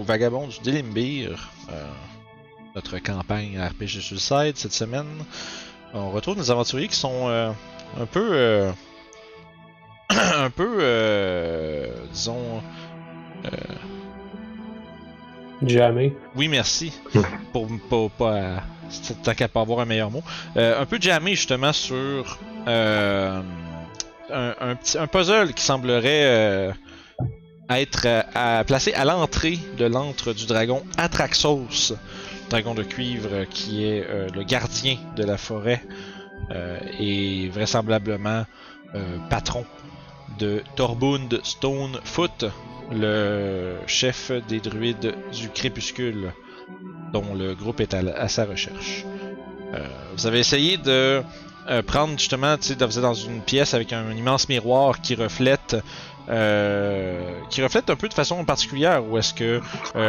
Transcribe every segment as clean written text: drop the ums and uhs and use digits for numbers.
Vagabond du Délimbir, notre campagne RPG Suicide cette semaine. On retrouve nos aventuriers qui sont un peu, disons, Jamais. oui merci, pour pas, tant qu'à pas avoir un meilleur mot, un peu jammé justement sur un puzzle qui semblerait être placé à l'entrée de l'antre du dragon Atraxos, dragon de cuivre qui est le gardien de la forêt et vraisemblablement patron de Torbund Stonefoot, le chef des druides du crépuscule, dont le groupe est à sa recherche. Vous avez essayé de prendre justement, tu sais, vous êtes dans une pièce avec un immense miroir qui reflète un peu de façon particulière, où est-ce que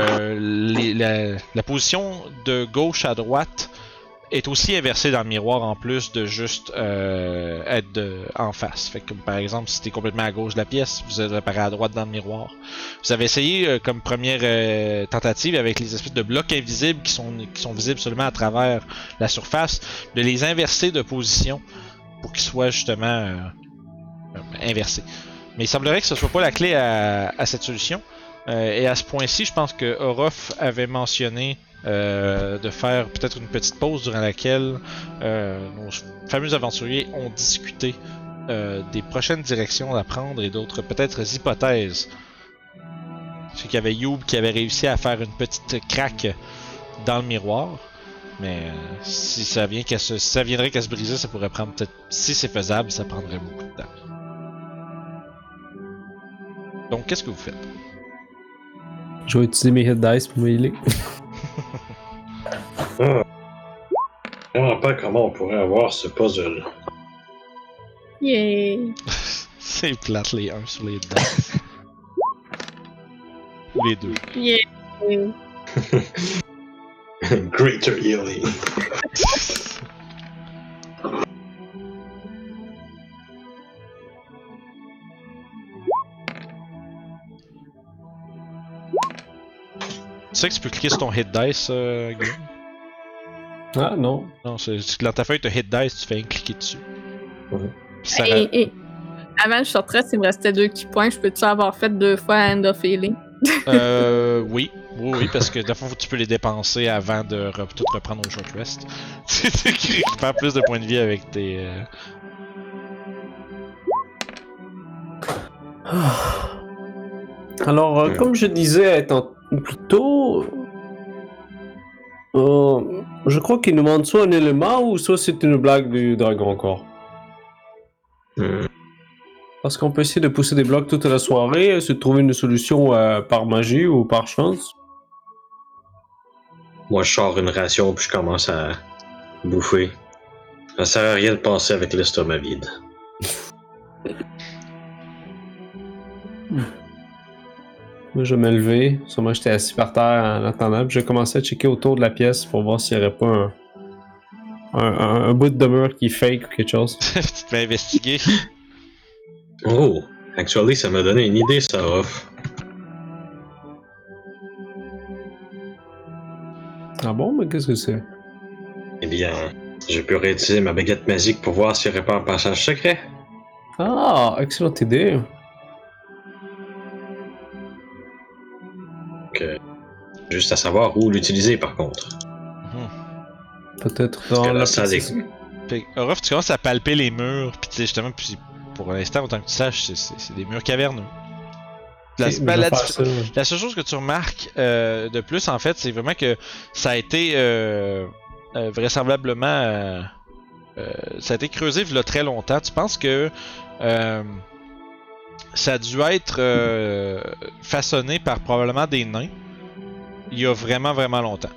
la position de gauche à droite est aussi inversée dans le miroir en plus de juste être en face. Fait que par exemple, si t'es complètement à gauche de la pièce, vous êtes réparé à droite dans le miroir. Vous avez essayé comme première tentative avec les espèces de blocs invisibles qui sont visibles seulement à travers la surface, de les inverser de position pour qu'ils soient justement inversés. Mais il semblerait que ce soit pas la clé à cette solution. Et à ce point-ci, je pense que Orof avait mentionné de faire peut-être une petite pause durant laquelle nos fameux aventuriers ont discuté des prochaines directions à prendre et d'autres peut-être hypothèses. Je sais qu'il y avait Youb qui avait réussi à faire une petite craque dans le miroir. Mais si ça viendrait qu'à se briser, ça pourrait prendre peut-être... Si c'est faisable, ça prendrait beaucoup de temps. Donc, qu'est-ce que vous faites? Je vais utiliser mes hit dice pour me healer. Je ne comprends pas comment on pourrait avoir ce puzzle. Yay! C'est plate les 1 sur les 2. Ou les 2. Yay! Greater healing. Tu sais que tu peux cliquer sur ton hit dice, Guillaume? Ah non. Non, dans ta feuille, tu as hit dice, tu fais cliquer dessus. Mhm. Puis ça Et avant que je sorterais, s'il me restait 2 key points, je peux-tu avoir fait 2 fois Hand of Healing? oui, parce que de fois, tu peux les dépenser avant de tout reprendre au short rest. Tu récupères plus de points de vie avec tes... Alors, comme je disais plus tôt, je crois qu'il nous manque soit un élément ou soit c'est une blague du dragon encore. Parce qu'on peut essayer de pousser des blocs toute la soirée, essayer de trouver une solution par magie ou par chance. Moi, je sors une ration puis je commence à bouffer. Ça sert à rien de passer avec l'estomac vide. Moi, je vais me lever. Sûrement, j'étais assis par terre en attendant. Puis je vais commencer à checker autour de la pièce pour voir s'il n'y aurait pas un bout de mur qui fake ou quelque chose. tu te fais investiguer. Oh, actually, ça m'a donné une idée, ça off. Ah bon, mais qu'est-ce que c'est? Eh bien, je peux réutiliser ma baguette magique pour voir s'il n'y aurait pas un passage secret. Ah, excellente idée. Juste à savoir où l'utiliser, par contre. Peut-être Parce dans que là, la ça petite... Fait que, Orof, tu commences à palper les murs, puis tu sais, justement, puis pour l'instant, autant que tu saches, c'est des murs caverneux. La seule chose que tu remarques de plus, en fait, c'est vraiment que ça a été vraisemblablement... ça a été creusé il y a très longtemps. Tu penses que ça a dû être façonné par probablement des nains il y a vraiment, vraiment longtemps.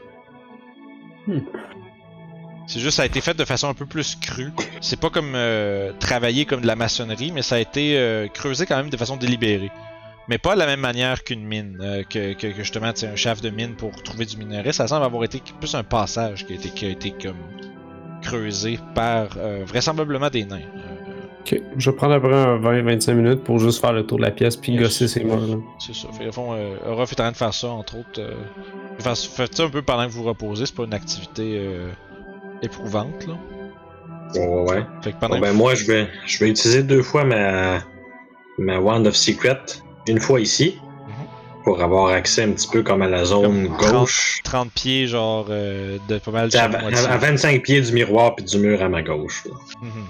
C'est juste, ça a été fait de façon un peu plus crue. C'est pas comme travaillé comme de la maçonnerie, mais ça a été creusé quand même de façon délibérée. Mais pas de la même manière qu'une mine, que justement un shaft de mine pour trouver du minerai. Ça semble avoir été plus un passage qui a été comme creusé par vraisemblablement des nains. Ok, je vais prendre à peu près un 20-25 minutes pour juste faire le tour de la pièce puis Yes. gosser ces murs là. C'est ça. Fait au fond, Orof est en train de faire ça, entre autres. Faites ça un peu pendant que vous reposez, c'est pas une activité éprouvante, là. Ouais. Fait que pendant Bon, que ben moi, je vais utiliser 2 fois ma Wand of Secret. Une fois ici, pour avoir accès un petit peu comme à la zone Comme gauche. 30 pieds, genre, de pas mal de C'est chaque moitié. à 25 pieds du miroir puis du mur à ma gauche. Là. Mhm.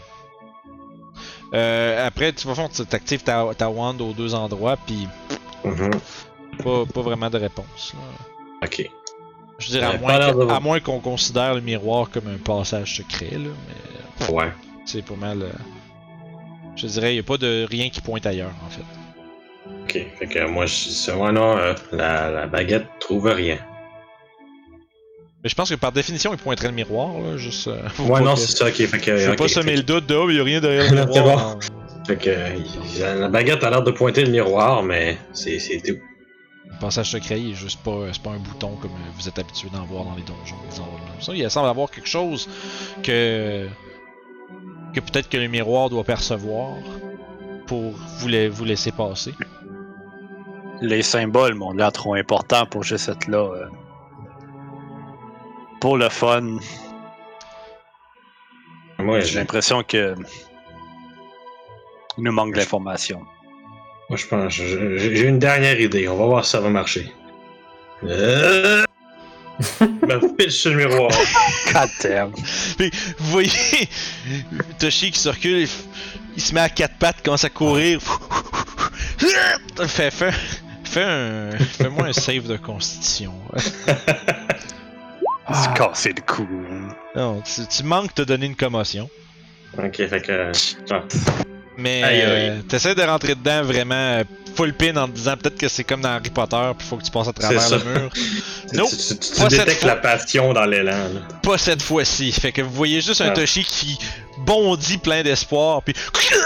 Après, tu vas faire, tu actives ta wand aux 2 endroits, puis Mhm. pas vraiment de réponse. Là. Ok. Je dirais Pas l'air de- à moins qu'on considère le miroir comme un passage secret, là, mais Ouais. c'est pas mal. Je dirais, y a pas de rien qui pointe ailleurs, en fait. Ok. Fait que moi, non, la baguette trouve rien. Mais je pense que par définition, il pointerait le miroir, là, juste. Ouais, non, c'est ça, ok. Fait que. Je veux ok, pas semer fait le doute de, oh, mais y a rien derrière le Non, c'est miroir. bon. Fait que la baguette a l'air de pointer le miroir, mais c'est tout. Le passage secret, il est juste pas, c'est pas un bouton comme vous êtes habitué d'en voir dans les donjons. Ça, il semble avoir quelque chose que peut-être que le miroir doit percevoir pour vous laisser passer. Les symboles m'ont l'air trop importants pour juste être là. Pour le fun, Moi, j'ai l'impression que il nous manque de l'information. Moi, je pense. J'ai une dernière idée. On va voir si ça va marcher. Me pile sur le miroir. God damn. Puis, vous voyez Toshi qui se recule, il se met à 4 pattes, commence à courir. Fais-moi un save de constitution. C'est cassé le cou. Non, tu manques de te donner une commotion. Ok, fait que. Ah. Mais Aïe, aïe. t'essaies de rentrer dedans vraiment full pin en te disant peut-être que c'est comme dans Harry Potter, puis faut que tu passes à travers C'est le ça. mur. Nope, Tu pas cette détectes fois. la passion dans l'élan. là. Pas cette fois-ci. Fait que vous voyez juste un Ah. Toshi qui bondit plein d'espoir, puis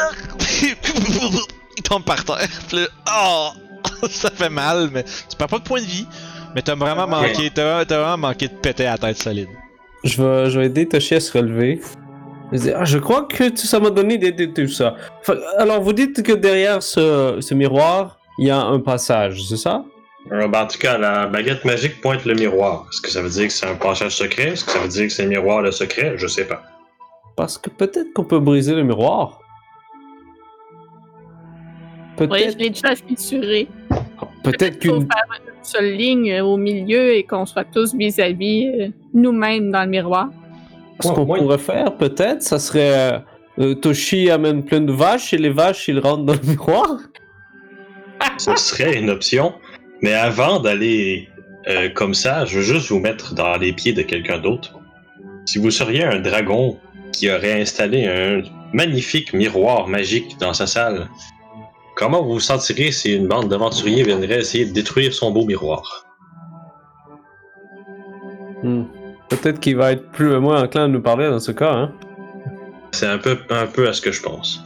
il tombe par terre. Puis là, oh! Ça fait mal, mais tu perds pas de points de vie. Mais t'as vraiment manqué, t'as vraiment manqué de péter la tête solide. Je vais aider Toshi à se relever. Je dis, je crois que ça m'a donné tout ça. Alors, vous dites que derrière ce miroir, il y a un passage, c'est ça? Ben, en tout cas, la baguette magique pointe le miroir. Est-ce que ça veut dire que c'est un passage secret? Est-ce que ça veut dire que c'est le miroir le secret? Je sais pas. Parce que peut-être qu'on peut briser le miroir. Oui, je Peut-être l'ai déjà fissuré. peut-être qu'il faut qu'une... faire une seule ligne au milieu et qu'on soit tous vis-à-vis nous-mêmes dans le miroir. Ce qu'on Ouais. pourrait faire, peut-être, ça serait... Toshi amène plein de vaches et les vaches, ils rentrent dans le miroir. Ce serait une option. Mais avant d'aller comme ça, je veux juste vous mettre dans les pieds de quelqu'un d'autre. Si vous seriez un dragon qui aurait installé un magnifique miroir magique dans sa salle, comment vous vous sentiriez si une bande d'aventuriers viendrait essayer de détruire son beau miroir? Peut-être qu'il va être plus ou moins enclin à nous parler dans ce cas, hein. C'est un peu à ce que je pense.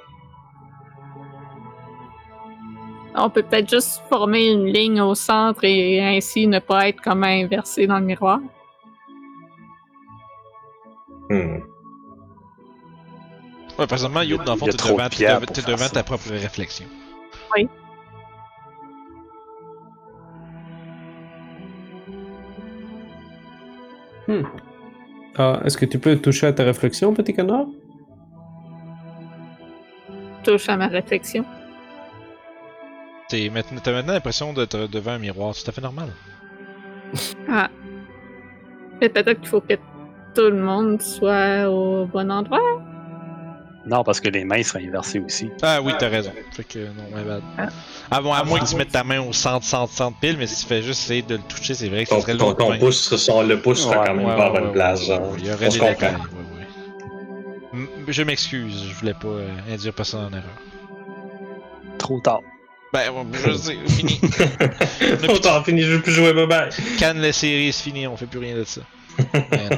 On peut peut-être juste former une ligne au centre et ainsi ne pas être comme inversé dans le miroir. Hmm. Ouais, présentement, Youb, dans le fond, Il y a t'es trop de devant, pierres pour t'es faire devant ça. ta propre réflexion. Est-ce que tu peux toucher à ta réflexion, petit canard? Touche à ma réflexion. T'as maintenant l'impression d'être devant un miroir, c'est tout à fait normal. Ah. Mais peut-être qu'il faut que tout le monde soit au bon endroit. Non, parce que les mains seraient inversées aussi. Ah oui, t'as raison. Fait que non, my bad. À moins que tu mettes ta main au centre pile, mais si tu fais juste essayer de le toucher, c'est vrai que ce serait Ton l'autre main. pouce, le pouce sera Ouais, quand même pas à bonne place. ouais, genre. il y aurait On des se comprend. détails. Je m'excuse, je voulais pas induire personne en erreur. Trop tard. Ben, je sais, fini. On t'en fini, je veux plus jouer, bye bye. Cannes la série, c'est fini, on fait plus rien de ça. Mais non.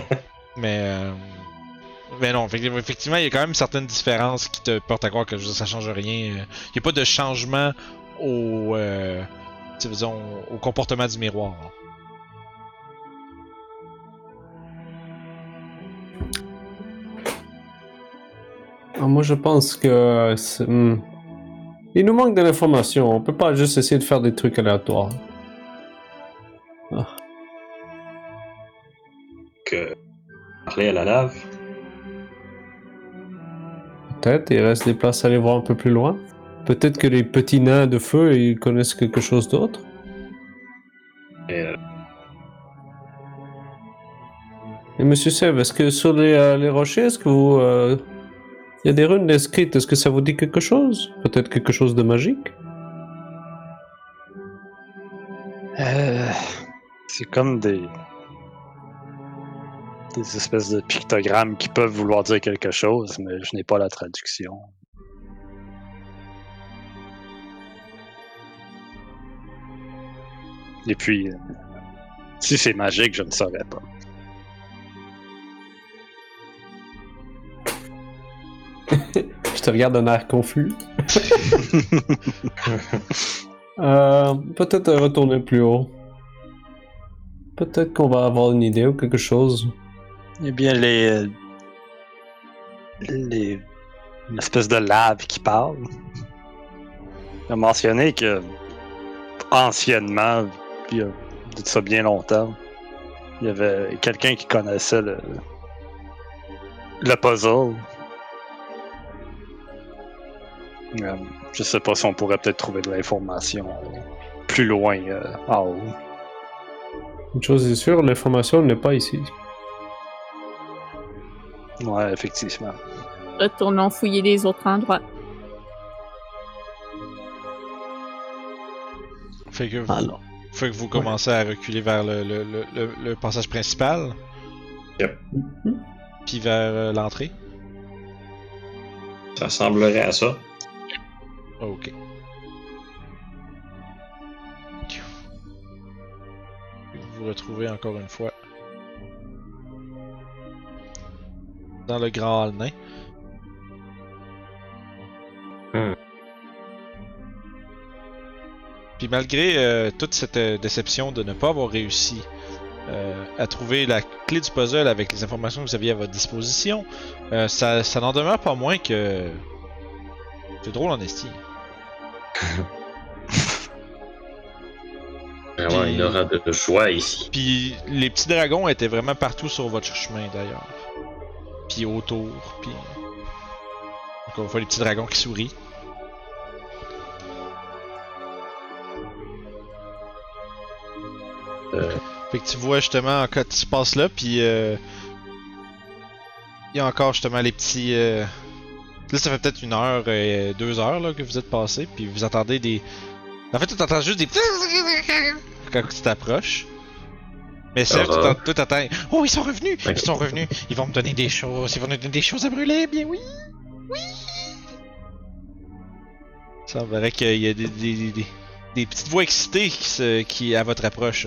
Mais non, effectivement, il y a quand même certaines différences qui te portent à croire que je veux dire, ça change rien. Il n'y a pas de changement disons, au comportement du miroir. Moi, je pense que il nous manque de l'information. On peut pas juste essayer de faire des trucs aléatoires. Que parler à la lave. Peut-être, il reste des places à aller voir un peu plus loin. Peut-être que les petits nains de feu, ils connaissent quelque chose d'autre. Et, Et Monsieur Sèvres, est-ce que sur les rochers, est-ce que vous... il y a des runes inscrites, est-ce que ça vous dit quelque chose? Peut-être quelque chose de magique? C'est comme des espèces de pictogrammes qui peuvent vouloir dire quelque chose, mais je n'ai pas la traduction. Et puis, si c'est magique, je ne saurais pas. Je te regarde d'un air confus. Peut-être retourner plus haut. Peut-être qu'on va avoir une idée ou quelque chose. Eh bien, une espèce de lave qui parle. Il a mentionné que anciennement, il y a de ça bien longtemps, il y avait quelqu'un qui connaissait le puzzle. Je sais pas si on pourrait peut-être trouver de l'information plus loin en haut. Une chose est sûre, l'information n'est pas ici. Ouais, effectivement. Retournons fouiller les autres endroits. Fait que Alors. Fait que vous commencez à reculer vers le passage principal. Yep. Puis vers l'entrée. Ça semblerait à ça. Ok. Vous vous retrouvez encore une fois dans le grand hall nain. Puis malgré toute cette déception de ne pas avoir réussi à trouver la clé du puzzle avec les informations que vous aviez à votre disposition, ça n'en demeure pas moins que c'est drôle en esti. Ouais, il y aura de choix ici. Puis les petits dragons étaient vraiment partout sur votre chemin d'ailleurs. Puis autour, puis encore une fois les petits dragons qui sourient. Fait que tu vois justement quand tu passes là, puis il y a encore justement les petits. Là, ça fait peut-être 1 heure, 2 heures là, que vous êtes passés, puis vous entendez des. En fait, tu entends juste des. Quand tu t'approches. Mais c'est toi t'entends. Oh, ils sont revenus! Okay. Ils sont revenus! Ils vont me donner des choses! Ils vont me donner des choses à brûler! Bien oui! Oui! Ça semblerait qu'il y a des petites voix excitées qui à votre approche.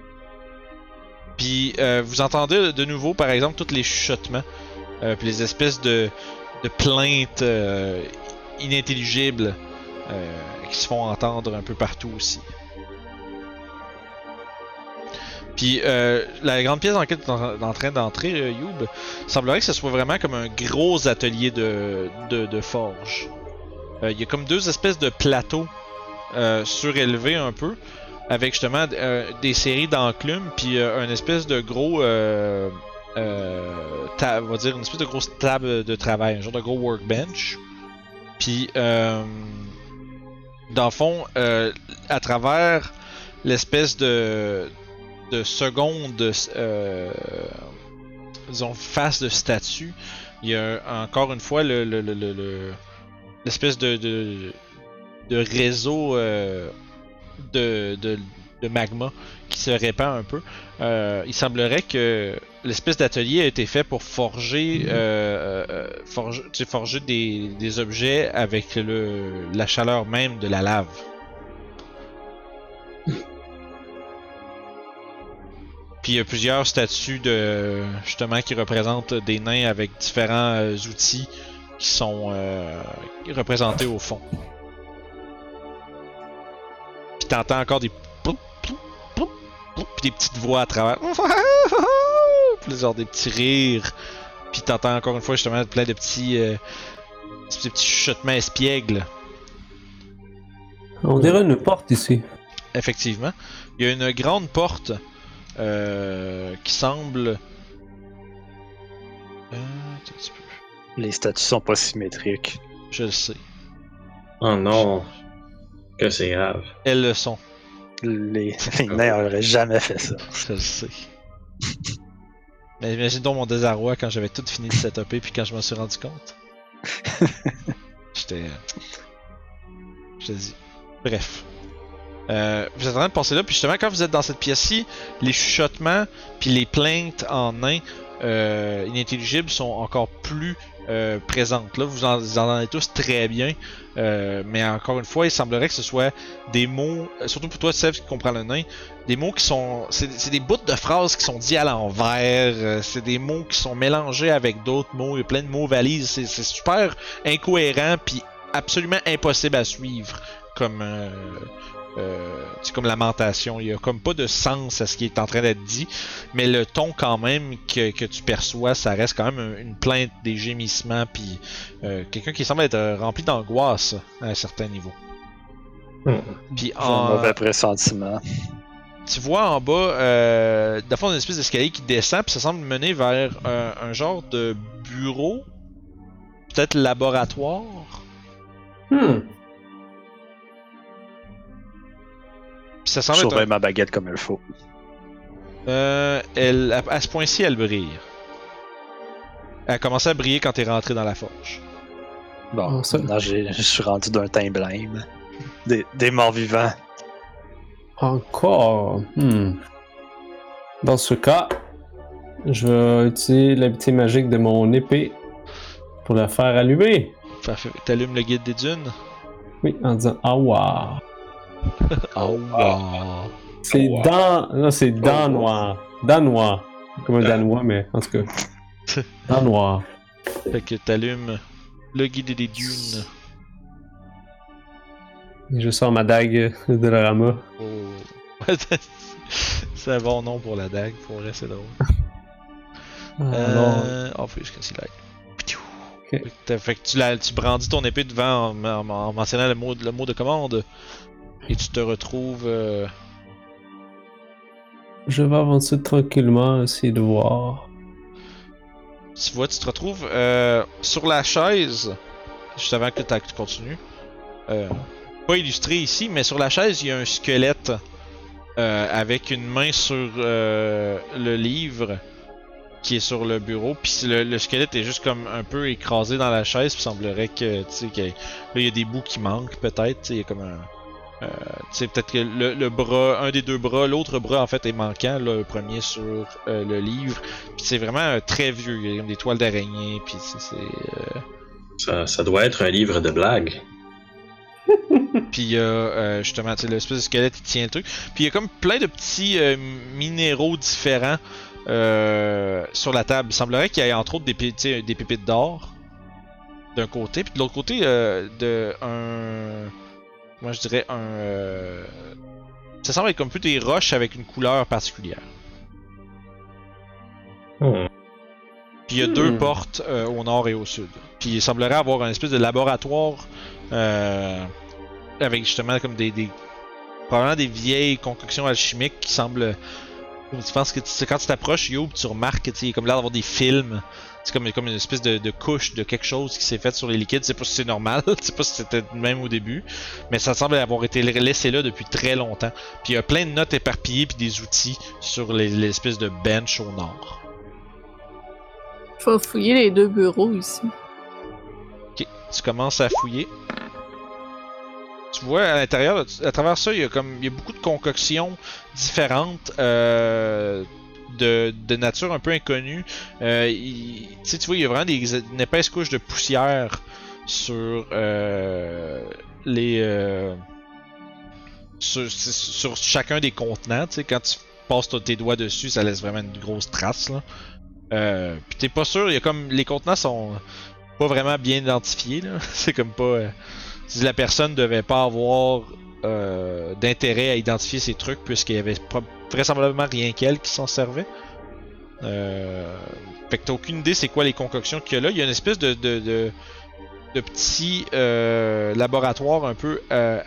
Puis vous entendez de nouveau, par exemple, tous les chuchotements, puis les espèces de plaintes inintelligibles qui se font entendre un peu partout aussi. Puis la grande pièce dans laquelle tu es en train d'entrer, Youb, semblerait que ce soit vraiment comme un gros atelier de forge. Il y a comme 2 espèces de plateaux surélevés un peu, avec justement des séries d'enclumes, puis une espèce de gros, on va dire une espèce de grosse table de travail, un genre de gros workbench. Puis, dans le fond, à travers l'espèce de seconde, disons, face de statue, il y a encore une fois l'espèce de réseau de magma qui se répand un peu. Il semblerait que l'espèce d'atelier a été fait pour forger, forger des objets avec la chaleur même de la lave. Puis il y a plusieurs statues justement qui représentent des nains avec différents outils qui sont représentés au fond. Puis t'entends encore des ploup, ploup, ploup, ploup, puis des petites voix à travers. Puis genre des petits rires. Puis t'entends encore une fois justement plein de petits Ces petits chuchotements espiègles. On dirait une porte ici. Effectivement. Il y a une grande porte qui semble... attends un petit peu. Les statues sont pas symétriques. Je le sais. Oh non. Que c'est grave. Elles le sont. Les nains auraient jamais fait ça. Je le sais. Mais imagine donc mon désarroi quand j'avais tout fini de setuper puis quand je m'en suis rendu compte. J'étais... Je te dis. Bref. Vous êtes en train de passer là, puis justement, quand vous êtes dans cette pièce-ci, les chuchotements puis les plaintes en nain inintelligibles sont encore plus présentes. Là, vous en entendez tous très bien, mais encore une fois, il semblerait que ce soit des mots, surtout pour toi, Seb, qui comprend le nain, des mots qui sont... C'est des bouts de phrases qui sont dits à l'envers, c'est des mots qui sont mélangés avec d'autres mots, il y a plein de mots valises, c'est super incohérent, puis absolument impossible à suivre comme... c'est comme lamentation, il y a comme pas de sens à ce qui est en train d'être dit, mais le ton quand même que tu perçois, ça reste quand même une plainte, des gémissements, puis quelqu'un qui semble être rempli d'angoisse à un certain niveau. Puis J'ai un mauvais pressentiment. tu vois en bas, dans le fond, une espèce d'escalier qui descend, puis ça semble mener vers un genre de bureau, peut-être laboratoire. Puis ça Je semble être surveille ma baguette comme il faut. à ce point-ci, elle brille. Elle a commencé à briller quand t'es rentré dans la forge. Bon, Ah, ça- maintenant je suis rendu d'un teint blême. Des morts vivants. Encore. Dans ce cas, je vais utiliser l'habilité magique de mon épée pour la faire allumer. Parfait. T'allumes le guide des dunes. Oui, en disant Awa. C'est Awa. dans. Non, c'est danois. Danois. Comme un danois, mais en tout cas. Danois. Fait que t'allumes le guide des dunes. Et je sors ma dague de la rama. Oh. C'est un bon nom pour la dague, pour vrai, c'est drôle. Alors, Off-use conceal light. Ok. Fait que tu brandis ton épée devant en mentionnant le mot de commande. Et tu te retrouves. je vais avancer tranquillement, essayer de voir. Tu vois, tu te retrouves sur la chaise. Juste avant que tu continues. Pas illustré ici, mais sur la chaise, il y a un squelette avec une main sur le livre qui est sur le bureau. Puis le squelette est juste comme un peu écrasé dans la chaise. Puis il semblerait que, tu sais, là, il y a des bouts qui manquent peut-être. Tu sais, il y a comme un. Tu sais, peut-être que le bras, un des deux bras, l'autre bras en fait est manquant, là, le premier sur le livre. Puis c'est vraiment très vieux, il y a comme des toiles d'araignée, puis Ça doit être un livre de blagues. Puis il y a justement, tu sais, l'espèce de squelette qui tient le truc. Puis il y a comme plein de petits minéraux différents sur la table. Il semblerait qu'il y ait entre autres des pépites d'or d'un côté, puis de l'autre côté moi je dirais ça semble être comme plus des roches avec une couleur particulière. Puis il y a deux portes au nord et au sud. Puis il semblerait avoir un espèce de laboratoire avec justement comme probablement des vieilles concoctions alchimiques qui semblent. Je pense que quand tu t'approches, Youb, tu remarques que il est comme l'air d'avoir des films. C'est comme une espèce de couche de quelque chose qui s'est faite sur les liquides. Je sais pas si c'est normal, je sais pas si c'était même au début, mais ça semble avoir été laissé là depuis très longtemps. Puis il y a plein de notes éparpillées puis des outils sur l'espèce de bench au nord. Faut fouiller les deux bureaux ici. Ok, tu commences à fouiller. Tu vois à l'intérieur, à travers ça, il y a beaucoup de concoctions différentes de nature un peu inconnue. Tu vois, il y a vraiment une épaisse couche de poussière sur sur chacun des contenants. Tu sais, quand tu passes tes doigts dessus, ça laisse vraiment une grosse trace là. Puis t'es pas sûr, il y a comme les contenants sont pas vraiment bien identifiés là. C'est comme pas si la personne devait pas avoir d'intérêt à identifier ces trucs puisqu'il y avait vraisemblablement rien qu'elle qui s'en servait. Fait que t'as aucune idée c'est quoi les concoctions qu'il y a là. Il y a une espèce de petits laboratoires un peu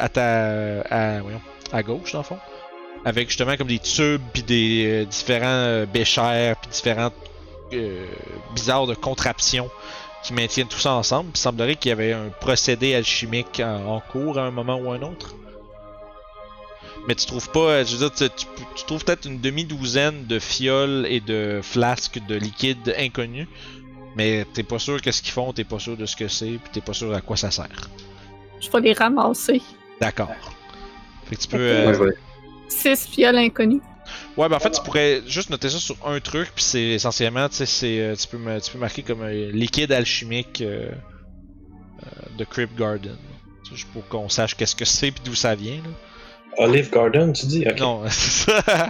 à gauche, dans le fond. Avec justement comme des tubes, puis des différents béchères, puis différentes bizarres de contraptions qui maintiennent tout ça ensemble. Il semblerait qu'il y avait un procédé alchimique en cours à un moment ou un autre. Mais tu trouves pas, je veux dire, tu trouves peut-être une demi-douzaine de fioles et de flasques de liquide inconnus. Mais t'es pas sûr qu'est-ce qu'ils font, t'es pas sûr de ce que c'est, puis t'es pas sûr à quoi ça sert. Je vais les ramasser. D'accord. Fait que tu peux... 6 fioles inconnues. Ouais, ben en fait, tu pourrais juste noter ça sur un truc, puis c'est essentiellement, tu sais, tu peux marquer comme liquide alchimique de Crypt Garden. Juste pour qu'on sache qu'est-ce que c'est puis d'où ça vient. Là. Olive Garden, tu dis? Okay. Non, c'est ça.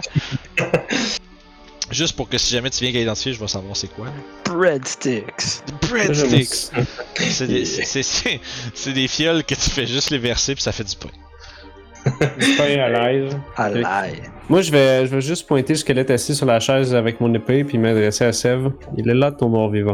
Juste pour que si jamais tu viens qu'à identifier, je vais savoir c'est quoi. Breadsticks. Breadsticks! C'est des fioles que tu fais juste les verser puis ça fait du pain. Du pain à l'ail. À l'ail. Moi, je vais juste pointer le squelette assis sur la chaise avec mon épée puis m'adresser à Sèvres. Il est là, ton mort-vivant.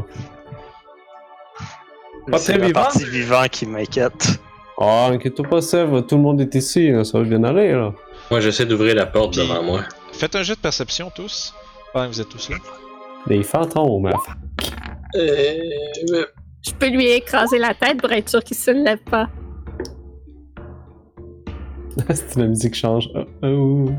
Pas C'est très la vivant. partie vivant qui m'inquiète. Oh, inquiète-toi pas, Sèvres, tout le monde est ici, là. Ça va bien aller, là. Moi, j'essaie d'ouvrir la porte Puis- devant moi. Faites un jet de perception tous, pendant que vous êtes tous là. Des fantômes. Je peux lui écraser la tête pour être sûr qu'il se lève pas. C'est la musique qui change. Oh.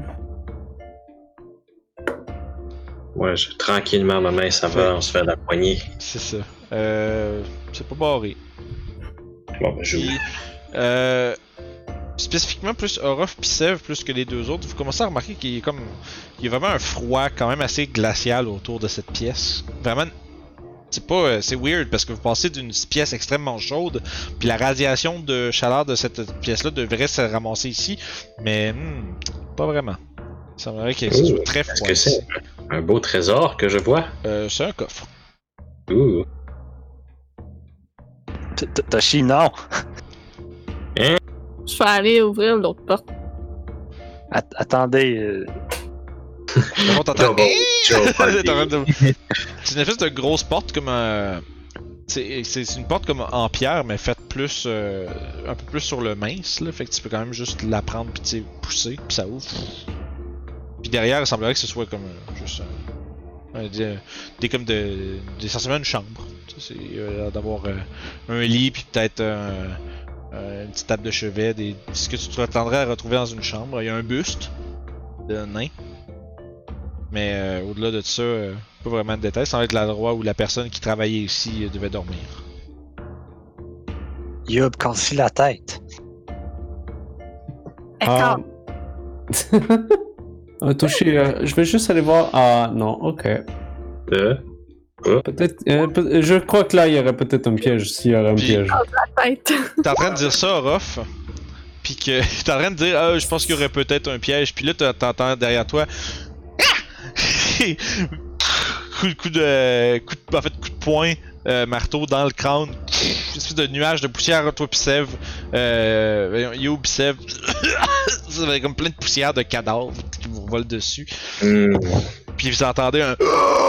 Ouais, tranquillement, ma main s'avance vers la poignée. C'est ça. C'est pas barré. Bon, ben, j'ouvre. Puis, spécifiquement plus Orof pis Sev plus que les deux autres, vous commencez à remarquer qu'il y a vraiment un froid quand même assez glacial autour de cette pièce. Vraiment, c'est weird parce que vous passez d'une pièce extrêmement chaude, puis la radiation de chaleur de cette pièce-là devrait se ramasser ici, mais pas vraiment. Il semblerait que ce soit très froid. Est-ce que c'est un beau trésor que je vois? C'est un coffre. Ouh. Toshi, non. Je vais aller ouvrir l'autre porte. Attendez. Par contre, t'entends- Joe Party. T'es en train de- C'est une espèce de grosse porte comme un. C'est une porte comme en pierre, mais faite plus. Un peu plus sur le mince, là. Fait que tu peux quand même juste la prendre pis tu sais, pousser, pis ça ouvre. Puis derrière, il semblerait que ce soit comme juste essentiellement une chambre. Tu sais, c'est d'avoir un lit, puis peut-être une petite table de chevet, ce que tu t'attendrais à retrouver dans une chambre. Il y a un buste de nain. Mais au-delà de ça, pas vraiment de détails. Ça va être l'endroit où la personne qui travaillait ici devait dormir. Yob, casse la tête. D'accord. Toshi, je vais juste aller voir. Ah, non, ok. Peut-être. Je crois que là, il y aurait peut-être un piège, s'il y aurait un Puis- piège. Tête. T'es en train de dire ça, Orof, pis que t'es en train de dire, ah, je pense qu'il y aurait peut-être un piège, pis là t'entends derrière toi, coup de poing, marteau dans le crâne, une espèce de nuage de poussière à toi pis Sev, Yo pis Sev, ça va comme plein de poussière de cadavres qui vous volent dessus, puis vous entendez un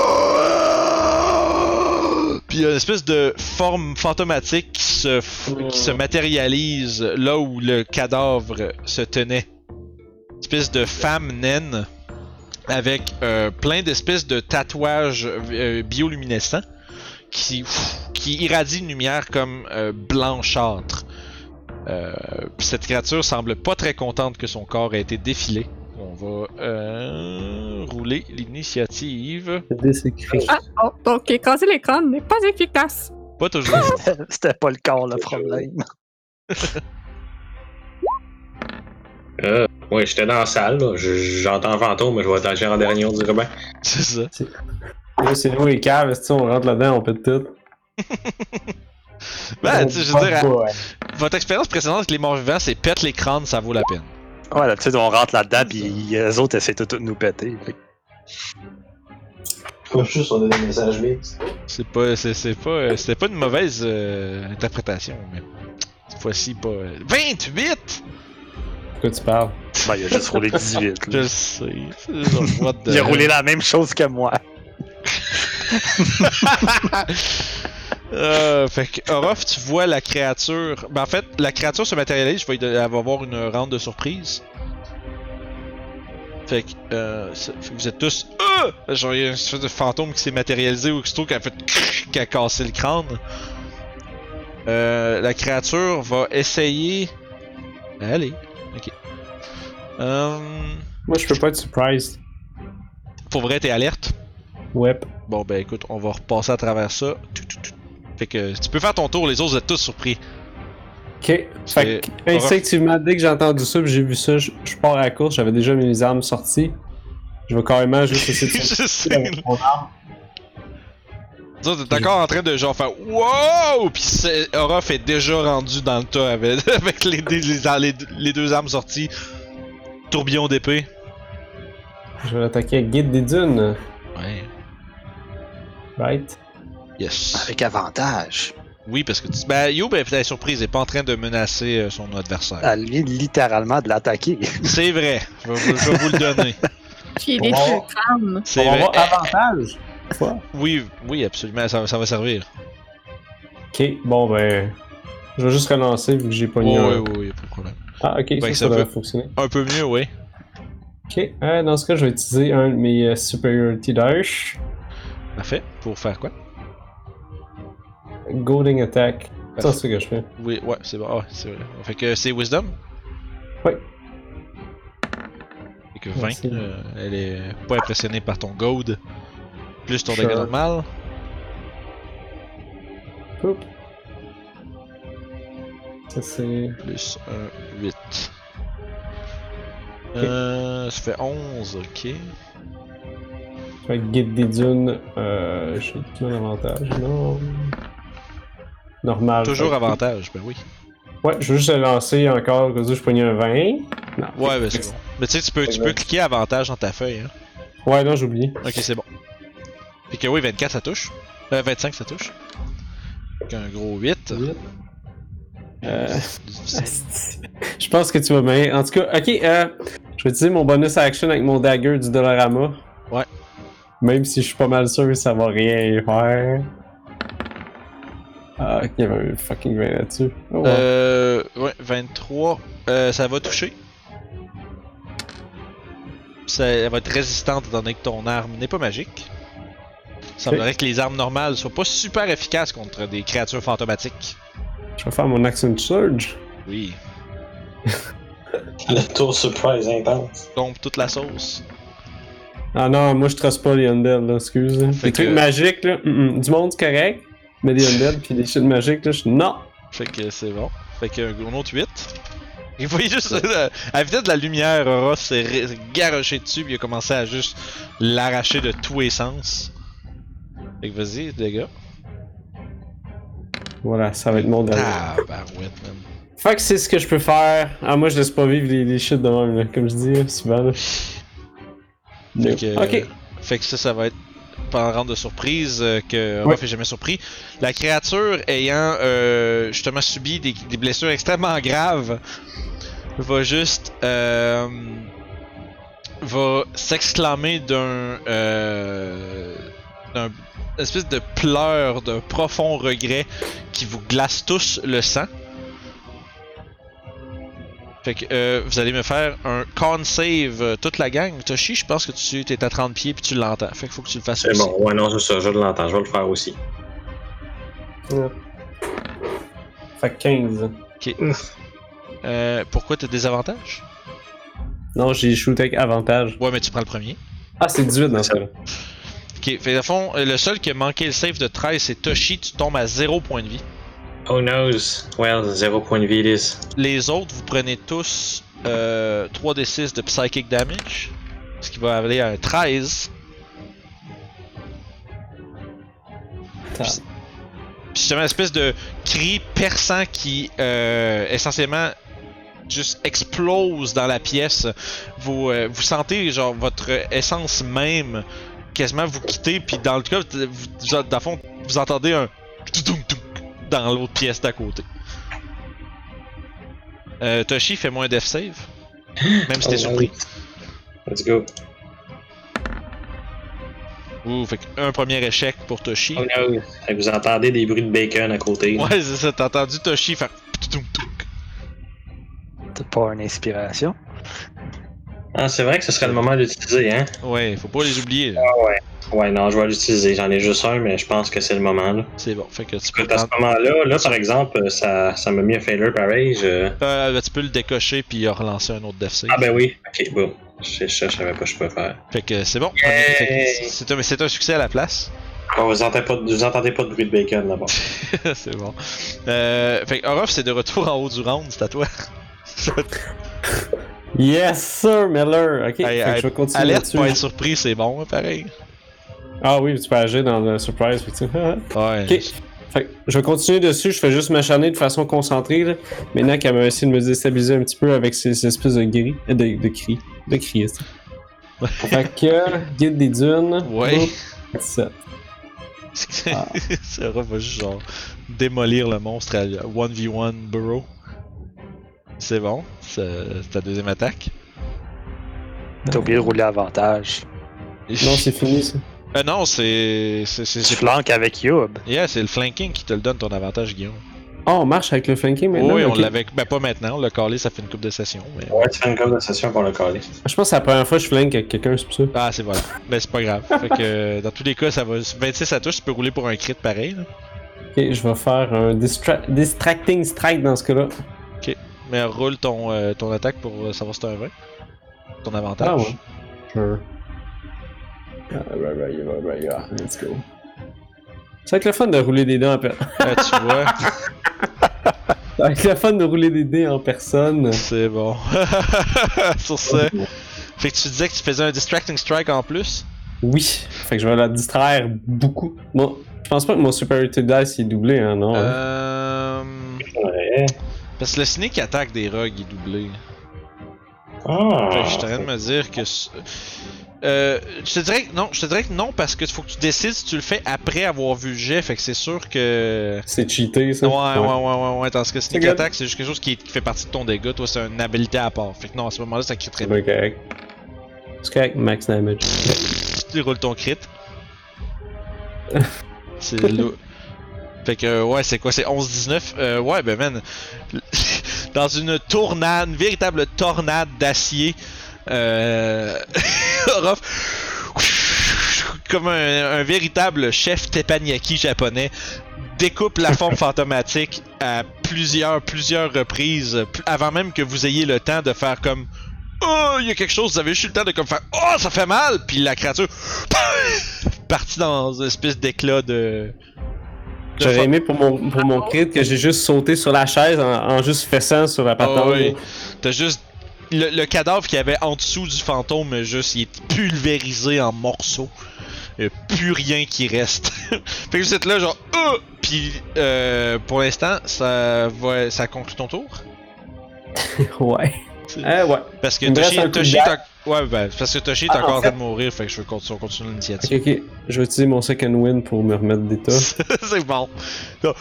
puis une espèce de forme fantomatique qui se matérialise là où le cadavre se tenait. Une espèce de femme naine avec plein d'espèces de tatouages bioluminescents qui irradient une lumière comme blanchâtre. Cette créature semble pas très contente que son corps ait été défilé. On va rouler l'initiative. Ah, oh, donc écraser l'écran n'est pas efficace. Pas toujours. C'était pas le corps le problème. Ouais, j'étais dans la salle, là. J'entends un fantôme, mais je vais agir en dernier, on dirait bien. C'est ça. Là, c'est nous les caves, on rentre là-dedans, on pète tout. Ben, tu sais, je veux dire, votre expérience précédente avec les morts vivants, c'est pète les crânes, ça vaut la peine. Ouais, d'habitude, on rentre là-dedans, pis les autres essaient de nous péter. Comme juste, on a des messages mixtes. C'était pas une mauvaise interprétation, mais cette fois-ci pas. 28! Pourquoi tu parles? Ben, il a juste roulé 18. Je Là. sais. What the Il a hell. roulé la même chose que moi. Fait que Orof, tu vois la créature. Ben en fait, la créature se matérialise, elle va avoir une rente de surprise. Fait que, vous êtes tous. Genre, il y a une espèce de fantôme qui s'est matérialisé ou qui a fait. Qui a cassé le crâne. La créature va essayer. Allez, ok. Moi, je peux pas être surprised. Pour vrai, t'es alerte? Ouais. Bon, ben écoute, on va repasser à travers ça. Fait que tu peux faire ton tour, les autres, vous êtes tous surpris. Ok. Fait que, instinctivement, dès que j'ai entendu ça, j'ai vu ça, je pars à la course, j'avais déjà mes armes sorties. Je vais carrément juste essayer de Je sais. avec mon arme. T'es encore en train de genre faire wow! Pis Orof est déjà rendu dans le tas avec les deux armes sorties. Tourbillon d'épée. Je vais attaquer avec Guide des Dunes. Ouais. Right. Yes. Avec avantage. Oui, parce que Youb est peut-être surprise, il est pas en train de menacer son adversaire. Elle vient littéralement de l'attaquer. C'est vrai, je vais vous le donner. J'ai des Wow. trucs femmes. C'est On va vrai. avoir avantage. Quoi? Oui, absolument, ça va servir. Ok, bon ben. Je vais juste relancer vu que j'ai pas Oui, mis un. oui, pas de problème. Ah, ok, Ouais, ça ça devrait peut- fonctionner. Un peu mieux, oui. Ok, dans ce cas, je vais utiliser un de mes Superiority Dash. Parfait. Pour faire quoi? Goading Attack. C'est Parfait. ça que je fais. Oui, ouais, c'est bon. Ah, ouais, c'est vrai. Fait que c'est Wisdom? Ouais. Fait que 20, Merci. elle est pas impressionnée par ton goad. Plus ton Sure. dégât normal. Oups. Ça c'est. Plus un 8. Ça fait 11, ok. Avec Guide des Dunes, j'ai un avantage, non? Normal. Toujours Fait- avantage, ben oui. Ouais, je veux juste le lancer encore, parce que je pognais un 20. Non. Ouais, ben c'est bon. Mais tu sais, tu peux cliquer avantage dans ta feuille, hein. Ouais, non, j'ai oublié. Ok, c'est bon. Fait que oui, 24 ça touche. 25 ça touche. Fait qu'un gros 8. Je pense que tu vas bien. En tout cas, ok, je vais utiliser mon bonus action avec mon dagger du Dollarama. Ouais. Même si je suis pas mal sûr que ça va rien faire. Ah, ok, il y avait un fucking 20 là-dessus. Oh, ouais. Ouais, 23. Ça va toucher. Elle va être résistante étant donné que ton arme n'est pas magique. Il semblerait que les armes normales soient pas super efficaces contre des créatures fantomatiques. Je vais faire mon action surge. Oui. Le tour surprise intense. Tombe toute la sauce. Ah non, moi je trace pas les undead, là, excuse. Fait Les trucs que- magiques, là, du monde c'est correct. Mais les undead pis les shit magiques, là, je suis non. Fait que c'est bon. Fait qu'un autre 8. Il voyait juste à la vitesse de la lumière, Ross s'est garoché dessus puis il a commencé à juste l'arracher de tous les sens. Fait que vas-y, les gars. Voilà, ça va être mon dernier. Barouette, man. Fait que c'est ce que je peux faire. Ah, moi je laisse pas vivre les shit de même, là, comme je dis, là, souvent. Là. Fait que, Ok. Fait que ça va être par rendre de surprise que Ouais. Ruff est jamais surpris. La créature ayant justement subi des blessures extrêmement graves va juste va s'exclamer d'un espèce de pleur, d'un profond regret qui vous glace tous le sang. Fait que vous allez me faire un con save toute la gang. Toshi, je pense que tu es à 30 pieds puis tu l'entends. Fait qu'il faut que tu le fasses C'est aussi. bon, ouais, non, c'est ça, je l'entends, je vais le faire aussi. Ouais. Fait que 15. Pourquoi t'as des avantages? Non, j'ai shoot avec avantage. Ouais, mais tu prends le premier. Ah, c'est 18 dans ce cas-là. Ok, fait au fond, le seul qui a manqué le save de 13, c'est Toshi. Tu tombes à 0 point de vie. Oh knows. Well, 0 point de vie it is. Les autres, vous prenez tous 3d6 de psychic damage. Ce qui va aller à un 13. Puis justement, une espèce de cri perçant qui essentiellement juste explose dans la pièce. Vous sentez genre votre essence même quasiment vous quitter, puis dans le cas, dans le fond, vous entendez un dans l'autre pièce d'à côté. Toshi, fais-moi un death save. Même si t'es surpris. Let's go. Ouh, fait un premier échec pour Toshi. Oh, no. Fait que vous entendez des bruits de bacon à côté. Ouais, c'est ça, t'as entendu Toshi faire. T'as pas une inspiration? Ah, c'est vrai que ce serait le moment d'utiliser, hein? Ouais, faut pas les oublier. Là. Ah ouais. Ouais, non, je vais l'utiliser. J'en ai juste un, mais je pense que c'est le moment, là. C'est bon, fait que tu peux. À ce moment-là, là, par exemple, ça m'a mis un failure pareil. Tu peux le décocher puis relancer un autre death save. Ah, ben oui. Ok, bon. Je savais pas que je pouvais faire. Fait que c'est bon. Yay! Fait que c'est un succès à la place. Oh, vous entendez pas de bruit de bacon là-bas. C'est bon. Fait que Orof, c'est de retour en haut du round, c'est à toi. Yes, sir, Miller! Ok, Hey, fait que je vais continuer alerte là-dessus. pour être surpris, c'est bon, hein, pareil. Ah oui, tu peux agir dans le surprise, effectivement. Ouais. Ok. Fait que je vais continuer dessus, je fais juste m'acharner de façon concentrée. Là. Maintenant qu'elle m'a essayé de me déstabiliser un petit peu avec ces espèces de cris. De cris, ça. Fait que, guide des dunes. Ouais. 17. Ah. Orof va juste genre démolir le monstre à 1v1 Burrow. C'est bon, c'est ta deuxième attaque. T'as oublié de rouler avantage. Non, c'est fini ça. Non, c'est. Tu flanques avec Youb. Yeah, c'est le flanking qui te le donne ton avantage, Guillaume. Oh, on marche avec le flanking maintenant? Oui, on Ok. l'avait. Ben, pas maintenant, on l'a calé, ça fait une couple de sessions. Mais... Ouais, tu fais une conversation pour le caler. Je pense que c'est la première fois que je flank avec quelqu'un, c'est pour ça. Ah, c'est voilà. Ben, c'est pas grave. Fait que dans tous les cas, ça va. 26 à touche, tu peux rouler pour un crit pareil. Là. Ok, je vais faire un distracting strike dans ce cas-là. Mais roule ton attaque pour savoir si t'as un 20. Ton avantage. Ah ouais. Sure. Let's go. Ça va être le fun de rouler des dés en personne. Tu vois, Ça va être le fun de rouler des dés en personne. c'est bon. Sur ça. Fait que tu disais que tu faisais un distracting strike en plus. Oui. Fait que je vais la distraire beaucoup. Bon, je pense pas que mon superiority dice est doublé, hein, non? Ouais. Parce que le sneak attaque des rogues est doublé. Ah. Fait que je suis en train de me dire que. Je te dirais que non, parce que faut que tu décides si tu le fais après avoir vu le jet, fait que c'est sûr que. C'est cheaté, ça? Ouais, tandis que sneak C'est attack, c'est juste quelque chose qui fait partie de ton dégât, toi c'est une habilité à part. Fait que non, à ce moment-là, ça criterait C'est bien correct. C'est correct, max damage. Tu roules ton crit. C'est là. Fait que, ouais, c'est quoi? C'est 11-19? Ouais, ben, man. Dans une tornade, une véritable tornade d'acier. Orof, comme un véritable chef teppanyaki japonais, découpe la forme fantomatique à plusieurs reprises, avant même que vous ayez le temps de faire comme oh, il y a quelque chose, vous avez juste eu le temps de comme faire oh, ça fait mal, puis la créature partie dans une espèce d'éclat de J'aurais aimé pour mon crit que j'ai juste sauté sur la chaise en juste fessant sur la patente. Oh, oui. T'as juste le cadavre qu'il y avait en dessous du fantôme, juste il est pulvérisé en morceaux. Il n'y a plus rien qui reste. Fait que vous êtes là genre puis pour l'instant ça conclut ton tour. Ouais. Ouais. Parce que Il me reste un coup de Toshi dague. parce que Toshi est encore en train de mourir, fait que je veux continuer l'initiative. Ok. Je vais utiliser mon second win pour me remettre d'état. C'est bon. Là,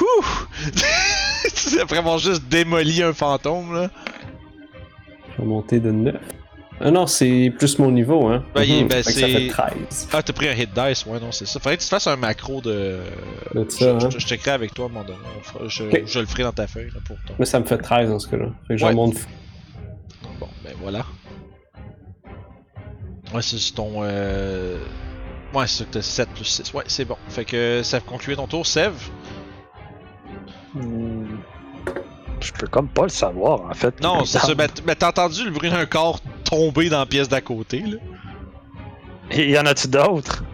c'est vraiment juste démoli un fantôme là. Je vais monter de 9. Ah non, c'est plus mon niveau, hein. Ben, Fait que ça c'est- fait 13. Ah, t'as pris un hit dice, ouais, non, c'est ça. Faudrait que tu te fasses un macro de. De ça, hein. Je checkerai avec toi à un moment donné. Ok. Je le ferai dans ta feuille là, pour ton. Mais ça me fait 13 dans ce cas-là. Fait que je Ouais. remonte. Bon, ben voilà. Ouais, c'est ton. Ouais, c'est ça que t'as 7 plus 6. Ouais, c'est bon. Fait que ça concluait ton tour, Sev. Je peux comme pas le savoir, en fait. Non, c'est ça. Ben, t'as entendu le bruit d'un corps tomber dans la pièce d'à côté, là. Et y en a-tu d'autres?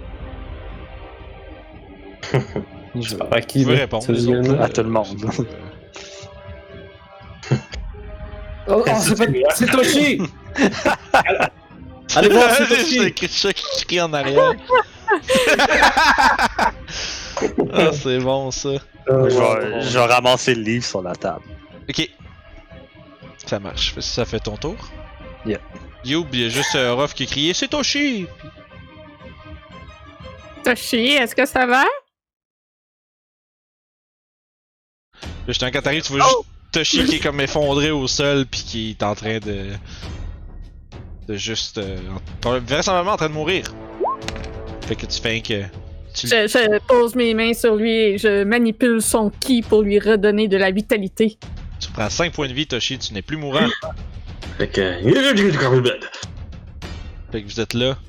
À qui, Tu veux là? répondre, Ça, les je viens autres, là? À tout le monde. Oh, c'est Toshi! Allez voir, c'est Toshi! C'est ça qui crie en arrière. Ah, c'est bon ça. Je vais ramasser le livre sur la table. Ok. Ça marche. Ça fait ton tour. Yeah. Youb, il y a juste Orof qui a crié c'est Toshi! Toshi, est-ce que ça va? Là, j'étais quand t'arrives, tu vois juste Toshi qui est comme effondré au sol pis qui est en train de juste vraisemblablement en train de mourir. Fait que tu fais que. Je pose mes mains sur lui et je manipule son ki pour lui redonner de la vitalité. Tu prends 5 points de vie, Toshi, tu n'es plus mourant. Fait que. Fait que vous êtes là.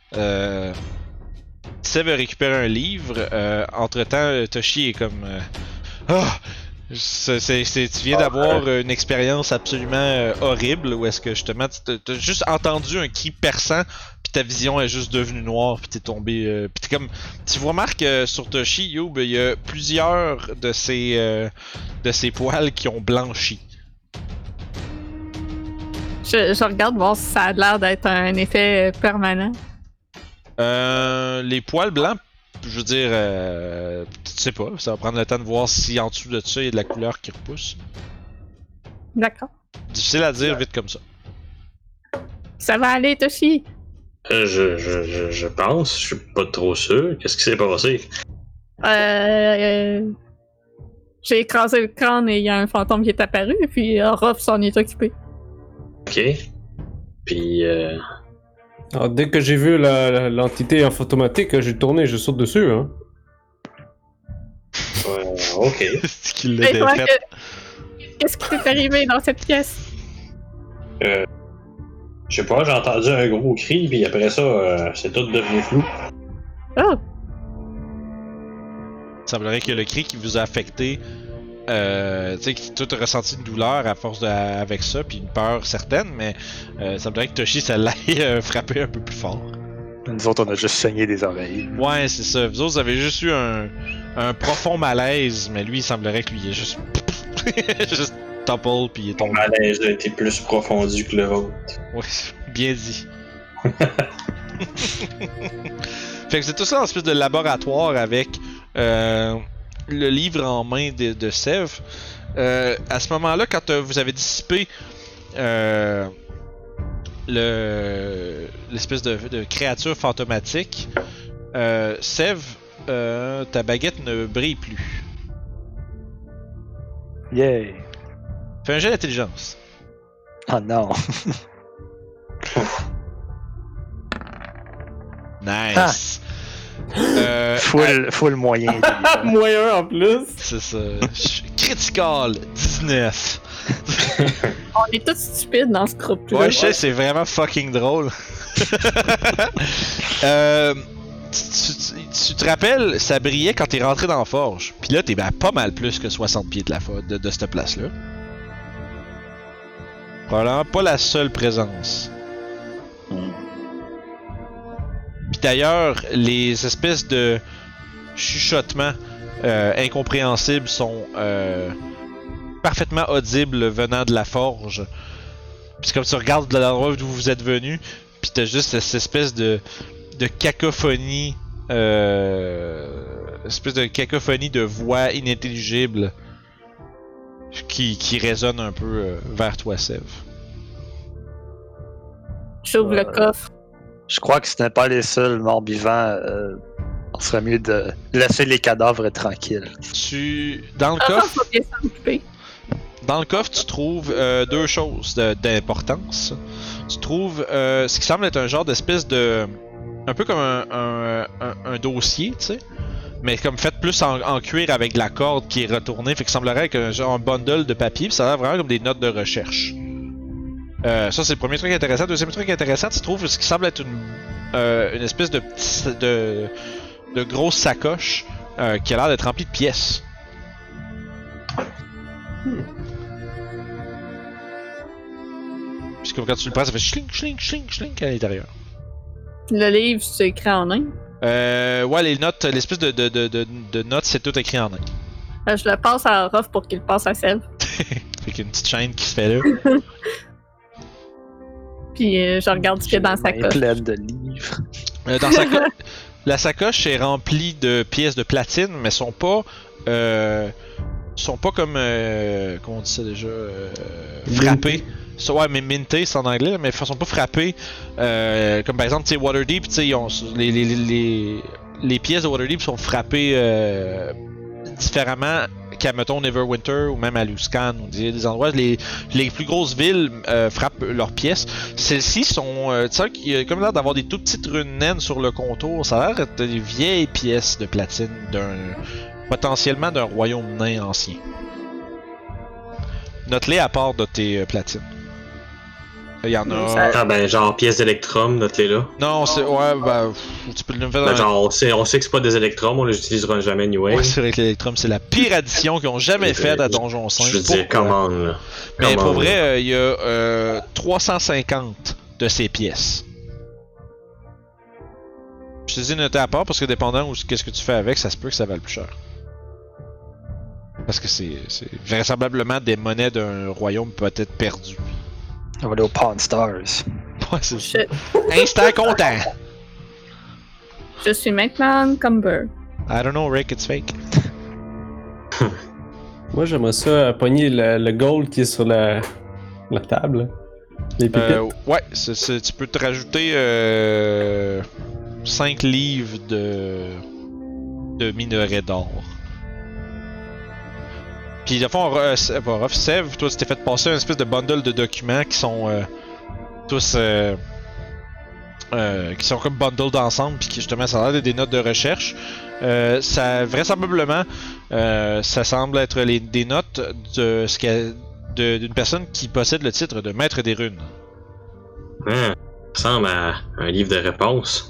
Sev a récupéré un livre. Entre-temps, Toshi est comme... Ah! Tu viens d'avoir une expérience absolument horrible où est-ce que justement t'as juste entendu un cri perçant puis ta vision est juste devenue noire puis t'es tombé puis t'es comme tu remarques sur Toshi Youb il y a plusieurs de ses poils qui ont blanchi. Je regarde voir si ça a l'air d'être un effet permanent. Les poils blancs, je veux dire, tu sais pas, ça va prendre le temps de voir si en dessous de ça il y a de la couleur qui repousse. D'accord. Difficile à dire vite comme ça. Ça va aller, Toshi? Je pense, je suis pas trop sûr. Qu'est-ce qui s'est passé? J'ai écrasé le crâne et il y a un fantôme qui est apparu, et puis Ruff s'en est occupé. Ok. Puis, Alors, dès que j'ai vu l'entité en photomatique, j'ai tourné, je saute dessus, hein. ok. C'est qu'il l'a défait. Qu'est-ce qui t'est arrivé dans cette pièce? Je sais pas, j'ai entendu un gros cri, puis après ça, c'est tout devenu flou. Oh! Il semblerait que le cri qui vous a affecté, tu sais, que tout a ressenti une douleur à force avec ça, puis une peur certaine, mais il semblerait que Toshi, ça l'ait frappé un peu plus fort. Nous autres, on a juste saigné des oreilles. Ouais, c'est ça. Vous autres, vous avez juste eu un profond malaise, mais lui, il semblerait que lui, il est juste... juste topple, puis il est Ton tombé. malaise a été plus profondu que le vôtre. Ouais, bien dit. Fait que c'est tout ça en espèce de laboratoire avec le livre en main de Sev. À ce moment-là, quand vous avez dissipé l'espèce de créature fantomatique, Sev, ta baguette ne brille plus. Yay! Fais un jet d'intelligence. Oh non! Nice! Full moyen. Moyen en plus. C'est ça. Critical 19. On est tous stupides dans ce groupe-là. Ouais, je sais, c'est vraiment fucking drôle. Tu te rappelles, ça brillait quand t'es rentré dans la forge. Puis là, t'es pas mal plus que 60 pieds de cette place-là. Probablement pas la seule présence. Puis d'ailleurs, les espèces de chuchotements incompréhensibles sont parfaitement audibles venant de la forge. Puis comme tu regardes de l'endroit d'où vous êtes venu, puis t'as juste cette espèce de cacophonie, espèce de cacophonie de voix inintelligibles qui résonne un peu vers toi, Sev. J'ouvre le coffre. Je crois que ce n'est pas les seuls morts vivants. On serait mieux de laisser les cadavres tranquilles. Dans le coffre, Va bien s'en occuper. dans le coffre, tu trouves deux choses d'importance. Tu trouves ce qui semble être un genre d'espèce de... un peu comme un dossier, tu sais. Mais comme fait plus en cuir avec de la corde qui est retournée. Fait que semblerait que genre un bundle de papier. Puis ça a l'air vraiment comme des notes de recherche. Ça c'est le premier truc intéressant. Deuxième truc intéressant, tu trouves ce qui semble être une espèce de grosse sacoche qui a l'air d'être remplie de pièces. Puis comme quand tu le prends, ça fait schlink, schlink, schlink, schlink à l'intérieur. Le livre, c'est écrit en nain. Ouais, les notes, l'espèce de notes, c'est tout écrit en nain. Je le passe à Ruff pour qu'il le passe à Sev. Fait qu'il y a une petite chaîne qui se fait là. Puis je regarde ce qu'il y a dans sa coche. Pleine de livres. La sacoche est remplie de pièces de platine, mais sont pas comme comment on dit ça déjà, frappées. Ouais, mais minté, c'est en anglais, mais ils sont pas frappés. Comme par exemple, tu sais, Waterdeep, tu sais, les pièces de Waterdeep sont frappées différemment qu'à, mettons, Neverwinter ou même à Luskan, ou des endroits, les plus grosses villes frappent leurs pièces. Celles-ci sont, tu sais, il y a comme l'air d'avoir des tout petites runes naines sur le contour. Ça a l'air d'être des vieilles pièces de platine potentiellement d'un royaume nain ancien. Note-les à part de tes platines. Il y en a. Ah ben, genre pièces d'électrum, note-les là. Non, c'est. Ouais, ben. Tu peux le faire dans. Ben, genre, on sait que c'est pas des électrums, on les utilisera jamais anyway. Ouais, c'est vrai que l'Electrum, c'est la pire addition qu'ils ont jamais faite à Donjon 5. Je veux dire, comment là? Mais pour vrai, il y a 350 de ces pièces. Je te dis noter à part parce que dépendant de qu'est-ce que tu fais avec, ça se peut que ça vale plus cher. Parce que c'est vraisemblablement des monnaies d'un royaume peut-être perdu. On va aller au Pawn Stars. Ouais, c'est ça. Shit. Instant content! Je suis maintenant Cumber. I don't know, Rick, it's fake. Moi, j'aimerais ça pogner le gold qui est sur la table. Les pépites. Ouais, tu peux te rajouter 5 livres de minerais d'or. Puis, de fond, Sev, toi, tu t'es fait passer un espèce de bundle de documents qui sont tous. Qui sont comme bundled ensemble, puis qui justement, ça a l'air d'être des notes de recherche. Ça, vraisemblablement, ça semble être des notes d'une personne qui possède le titre de Maître des Runes. Ça ressemble à un livre de réponses.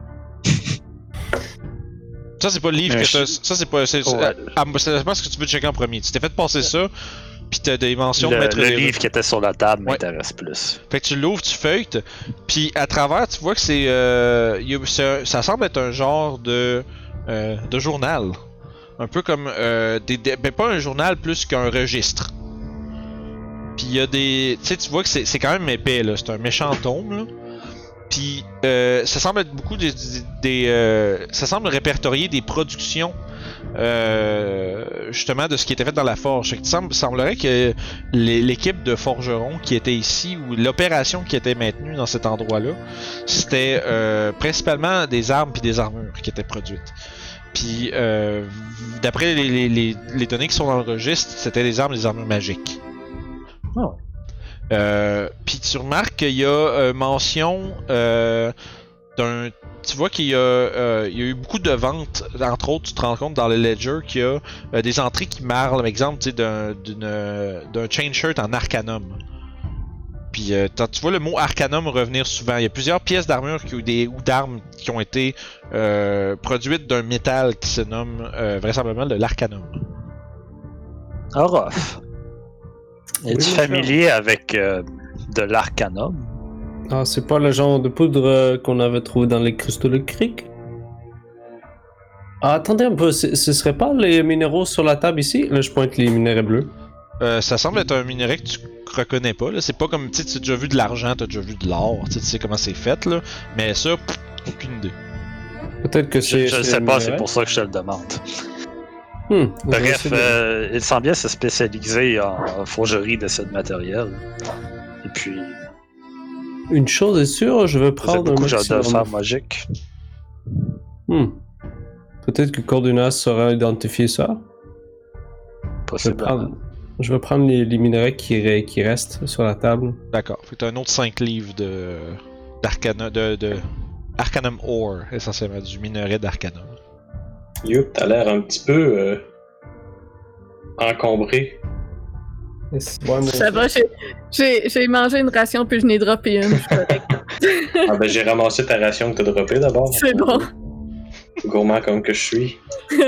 Ça, c'est pas le livre que t'as. Ça, c'est pas. C'est pas ce que tu veux checker en premier. Tu t'es fait passer ça, pis t'as des mentions Le Maître des Runes. livre qui était sur la table m'intéresse plus. Fait que tu l'ouvres, tu feuilletes, puis à travers, tu vois que c'est. Ça semble être un genre de journal. Un peu comme. Ben, pas un journal plus qu'un registre. Puis il y a des. Tu sais, tu vois que c'est quand même épais, là. C'est un méchant tome, là. Puis ça semble être beaucoup ça semble répertorier des productions justement de ce qui était fait dans la forge. Il semblerait que l'équipe de forgerons qui était ici ou l'opération qui était maintenue dans cet endroit-là, c'était principalement des armes puis des armures qui étaient produites. Puis d'après les données qui sont dans le registre, c'était des armes et des armures magiques. Oh. Puis tu remarques qu'il y a mention d'un. Tu vois qu'il y a eu beaucoup de ventes. Entre autres, tu te rends compte dans le ledger qu'il y a des entrées qui parlent, par exemple, d'un chain shirt en arcanum. Puis tu vois le mot arcanum revenir souvent. Il y a plusieurs pièces d'armure ou d'armes qui ont été produites d'un métal qui se nomme vraisemblablement de l'arcanum. Orof. Es-tu familier avec de l'arcanum? Ah, c'est pas le genre de poudre qu'on avait trouvé dans les cristaux de Creek? Ah, attendez un peu, ce serait pas les minéraux sur la table ici? Là, je pointe les minéraux bleus. Ça semble être un minerai que tu reconnais pas, là. C'est pas comme, tu sais, tu as déjà vu de l'argent, tu as déjà vu de l'or, tu sais comment c'est fait, là. Mais ça, aucune idée. Peut-être que c'est. Je sais pas, c'est pour ça que je te le demande. Bref, il semble bien se spécialiser en forgerie de ce matériel. Et puis. Une chose est sûre, je vais prendre beaucoup un de femmes magiques. Peut-être que Cordunas saura identifier ça. Possiblement. Je vais prendre les minerais qui restent sur la table. D'accord. Fait que t'as un autre 5 livres d'arcanum Arcanum Ore, essentiellement, du minerai d'Arcanum. Youp, t'as l'air un petit peu encombré. Ça va, j'ai mangé une ration puis je n'ai droppé une, je suis correct. Ah ben j'ai ramassé ta ration que t'as droppée d'abord. C'est bon. Gourmand comme que je suis.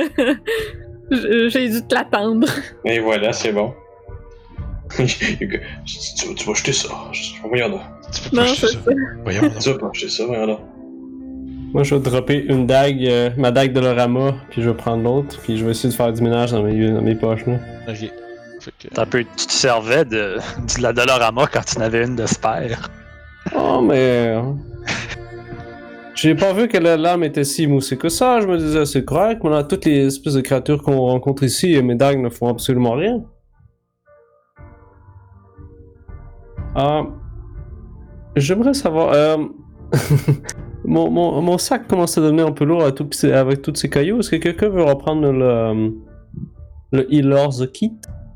J'ai dû te l'attendre. Et voilà, c'est bon. tu vas acheter ça. Voyons donc. Tu peux pas acheter ça. Voyons donc. Tu vas pas acheter ça, voyons donc. Moi, je vais dropper une dague, ma dague de l'orama, puis je vais prendre l'autre, puis je vais essayer de faire du ménage dans mes poches, là. Ok. Tu te servais de la Dolorama quand tu n'avais une de spare. Oh, mais. J'ai pas vu que la lame était si moussée que ça. Je me disais, c'est correct. Maintenant, toutes les espèces de créatures qu'on rencontre ici, mes dagues ne font absolument rien. J'aimerais savoir. Mon sac commence à devenir un peu lourd avec tous ces cailloux. Est-ce que quelqu'un veut reprendre Le Healer the Kit.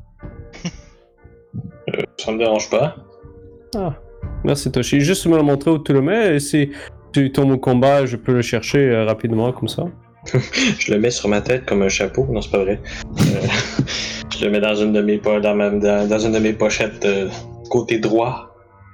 Ça me dérange pas. Ah, merci Toshi. Juste me le montrer où tu le mets et si tu tombes au combat, je peux le chercher rapidement comme ça. Je le mets sur ma tête comme un chapeau. Non, c'est pas vrai. Je le mets dans une de mes, dans une de mes pochettes côté droit.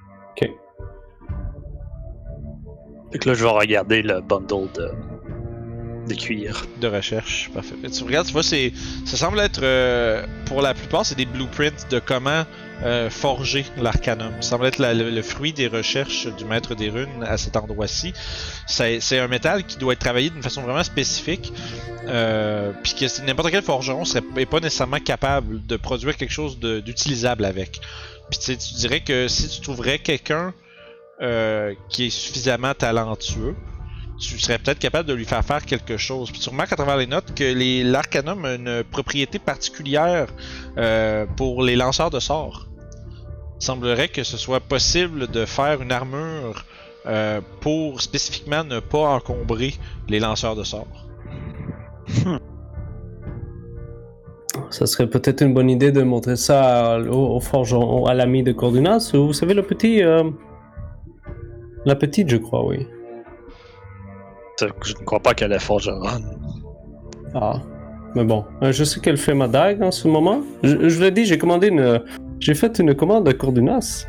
Fait que là, je vais regarder le bundle de cuir. De recherche, parfait. Mais tu regardes, tu vois, ça semble être, pour la plupart, c'est des blueprints de comment forger l'arcanum. Ça semble être le fruit des recherches du maître des runes à cet endroit-ci. C'est un métal qui doit être travaillé d'une façon vraiment spécifique, puis que n'importe quel forgeron n'est pas nécessairement capable de produire quelque chose d'utilisable avec. Puis tu dirais que si tu trouverais quelqu'un qui est suffisamment talentueux, tu serais peut-être capable de lui faire quelque chose. Puis tu remarques à travers les notes que l'arcanum a une propriété particulière pour les lanceurs de sorts. Il semblerait que ce soit possible de faire une armure pour spécifiquement ne pas encombrer les lanceurs de sorts. Ça serait peut-être une bonne idée de montrer ça au forgeron, à l'ami de Cordunas. Vous savez, le petit... La petite, je crois, oui. Je ne crois pas qu'elle est forgeronne. Ah, mais bon. Je sais qu'elle fait ma dague en ce moment. Je vous l'ai dit, j'ai fait une commande à Cordunas.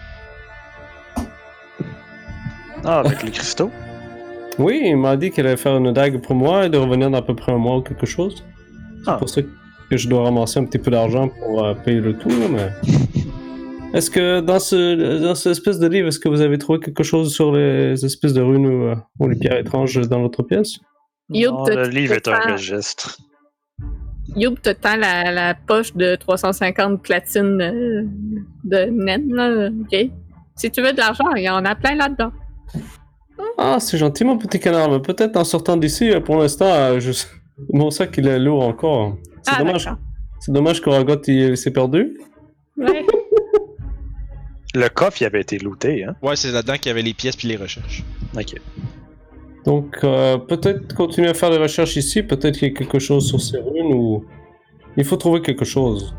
Ah, avec les cristaux? Oui, il m'a dit qu'elle allait faire une dague pour moi et de revenir dans à peu près un mois ou quelque chose. C'est pour ça que je dois ramasser un petit peu d'argent pour payer le tout, mais... Est-ce que dans cette espèce de livre, est-ce que vous avez trouvé quelque chose sur les espèces de runes ou les pierres étranges dans l'autre pièce? Non, le livre est un registre. Youb te tend la poche de 350 platines de naine, là. Ok. Si tu veux de l'argent, il y en a plein là-dedans. Ah, c'est gentil, mon petit canard, mais peut-être en sortant d'ici, pour l'instant, mon sac il est lourd encore. C'est dommage. D'accord. C'est dommage qu'Oragot il s'est perdu. Ouais. Le coffre, il avait été looté, hein? Ouais, c'est là-dedans qu'il y avait les pièces puis les recherches. Ok. Donc, peut-être continuer à faire des recherches ici, peut-être qu'il y a quelque chose sur ces runes ou... Il faut trouver quelque chose.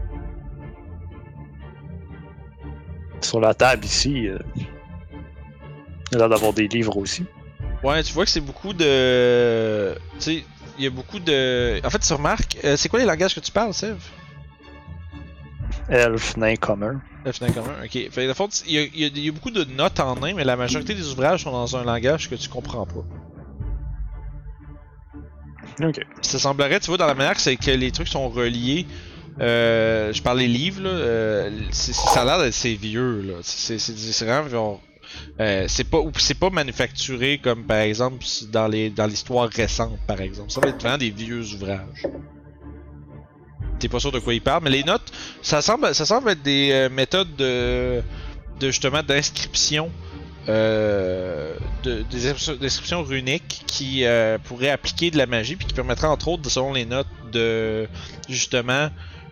Sur la table ici, il a l'air d'avoir des livres aussi. Ouais, tu vois que c'est beaucoup de... Tu sais, il y a beaucoup de... En fait, tu remarques... c'est quoi les langages que tu parles, Sev? Elf, nain commun. Elf, nain commun, ok. Fait, de fond, il y a beaucoup de notes en nain, mais la majorité des ouvrages sont dans un langage que tu comprends pas. Ok. Ça semblerait, tu vois, dans la manière que les trucs sont reliés. Je parle des livres, là. Ça a l'air d'être assez vieux, là. C'est vraiment genre. C'est pas manufacturé comme par exemple dans l'histoire récente, par exemple. Ça va être vraiment des vieux ouvrages. T'es pas sûr de quoi il parle, mais les notes, ça semble être des méthodes de justement d'inscription. Des inscriptions runiques qui pourraient appliquer de la magie puis qui permettraient entre autres, selon les notes, de justement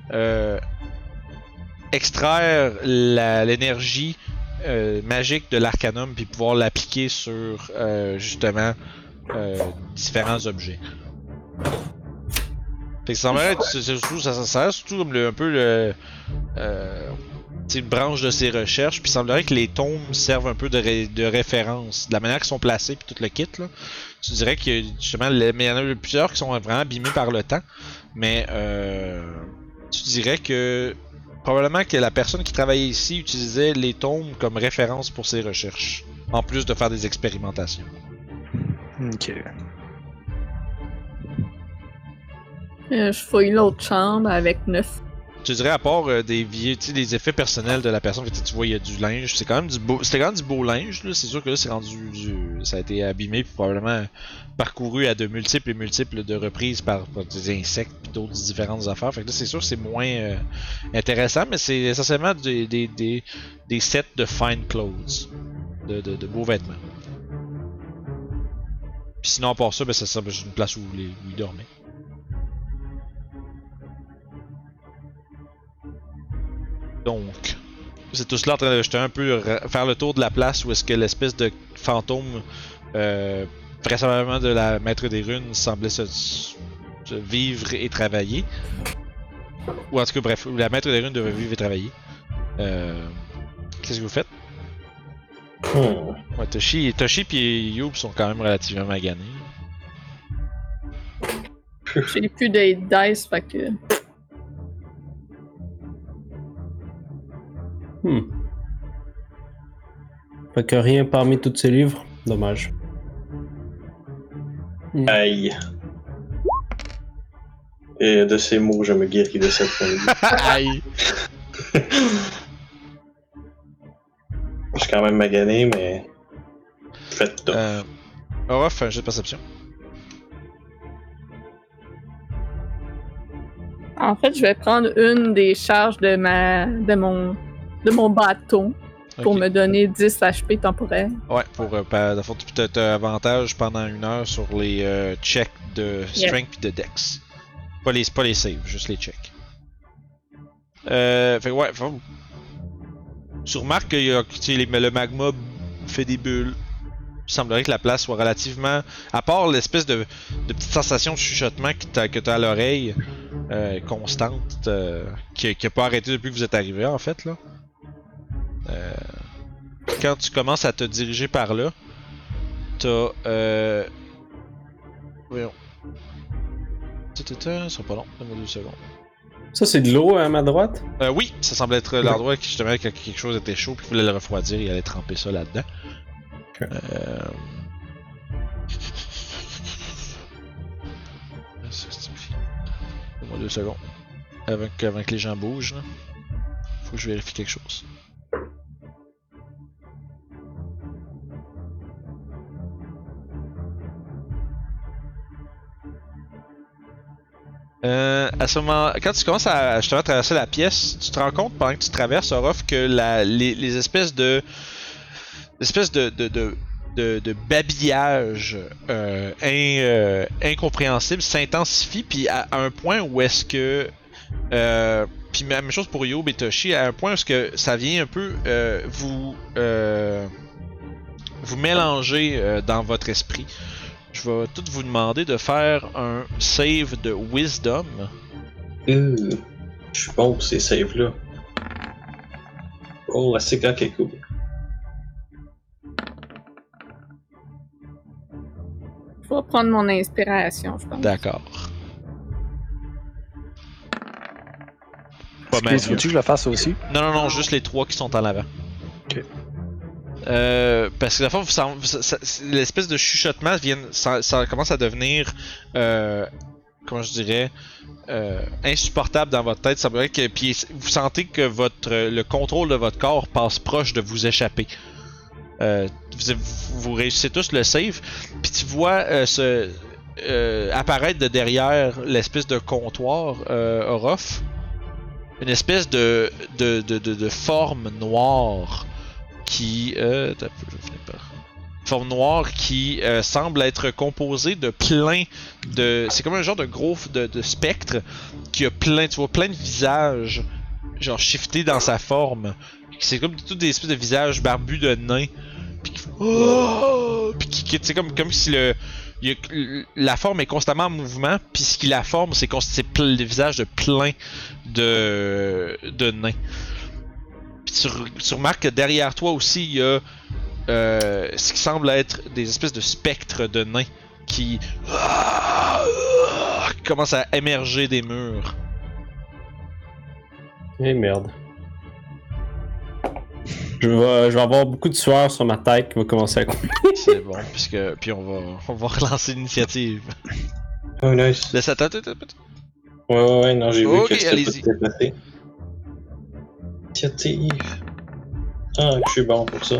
extraire l'énergie magique de l'arcanum puis pouvoir l'appliquer sur justement différents objets. Fait que ça semblerait être, ça sert surtout comme un peu une branche de ses recherches, puis il semblerait que les tomes servent un peu de référence, de la manière qu'ils sont placés, puis tout le kit, là. Tu dirais que justement, mais il y en a plusieurs qui sont vraiment abîmés par le temps, mais tu dirais que probablement que la personne qui travaillait ici utilisait les tomes comme référence pour ses recherches, en plus de faire des expérimentations. Ok. Je fouille l'autre chambre avec 9. Tu dirais à part des vieux, tu sais, des effets personnels de la personne, que tu vois, il y a du linge, c'était quand même du beau linge, là. C'est sûr que là, c'est rendu ça a été abîmé puis probablement parcouru à de multiples et multiples de reprises par des insectes puis d'autres différentes affaires. Fait que là, c'est sûr que c'est moins intéressant, mais c'est essentiellement des sets de fine clothes, de beaux vêtements. Puis sinon, à part ça, ben ça sert une place où il dormait. Donc, c'est tous là en train de jeter un peu, faire le tour de la place où est-ce que l'espèce de fantôme, vraisemblablement de la maître des runes, semblait se vivre et travailler. Ou en tout cas, bref, la maître des runes devrait vivre et travailler. Qu'est-ce que vous faites? Ouais, Toshi et Youb sont quand même relativement maganés. J'ai plus de dice, fait que. Fait que rien parmi tous ces livres. Dommage. Aïe. Et de ces mots, je me guéris de cette maladie. Aïe! Je suis quand même magané, mais. Faites tout. Orof, fais un jeu de perception. En fait, je vais prendre une des charges de mon bâton pour Ok. me donner 10 HP temporaires. Ouais, pour dans le fond, t'as avantage pendant 1 heure sur les checks de strength pis de dex. Pas les saves, juste les checks. Fait que ouais, tu remarques que le magma fait des bulles. Il semblerait que la place soit relativement. À part l'espèce de petite sensation de chuchotement que t'as à l'oreille, constante, qui a pas arrêté depuis que vous êtes arrivé en fait là. Quand tu commences à te diriger par là, t'as. Voyons. Ça sera pas long, donne-moi 2 secondes. Ça, c'est de l'eau à ma droite? Oui, ça semble être l'endroit qui justement quand quelque chose était chaud puis voulait le refroidir, il allait tremper ça là-dedans. Ok. Donne-moi 2 secondes. Avant que les gens bougent, là. Faut que je vérifie quelque chose. À ce moment, quand tu commences à justement traverser la pièce, tu te rends compte pendant que tu traverses, Orof, que les espèces de babillage incompréhensible s'intensifie, puis à un point où est-ce que puis même chose pour Youb et Toshi, à un point où est-ce que ça vient un peu vous mélanger dans votre esprit. Je vais tout vous demander de faire un save de Wisdom. Je suis bon pour ces saves-là. Oh, c'est quand quelque cool. Je vais prendre mon inspiration, je pense. D'accord. Pas mal. Veux-tu que je le fasse aussi? Non, juste les 3 qui sont en avant. Ok. Parce que la fois, l'espèce de chuchotement ça commence à devenir, comment je dirais, insupportable dans votre tête. Ça veut dire que puis vous sentez que le contrôle de votre corps passe proche de vous échapper. Vous réussissez tous le save, puis tu vois apparaître de derrière l'espèce de comptoir Orof, une espèce de forme noire qui forme noire qui semble être composée de plein de. C'est comme un genre de gros de spectre qui a plein. Tu vois plein de visages genre shiftés dans sa forme. C'est comme toutes des espèces de visages barbus de nains. Puis qui c'est comme si la forme est constamment en mouvement, puis ce qui la forme, c'est le visage de plein de nains. Puis tu remarques que derrière toi aussi, il y a ce qui semble être des espèces de spectres de nains qui commencent à émerger des murs. Eh merde. Je vais avoir beaucoup de sueur sur ma tête qui va commencer à couler. C'est bon, puis on va relancer l'initiative. Oh, nice. Laisse attends. Ouais, non, j'ai vu Ok, que c'était allez-y. pas passé. Initiative. Ah, je suis bon pour ça.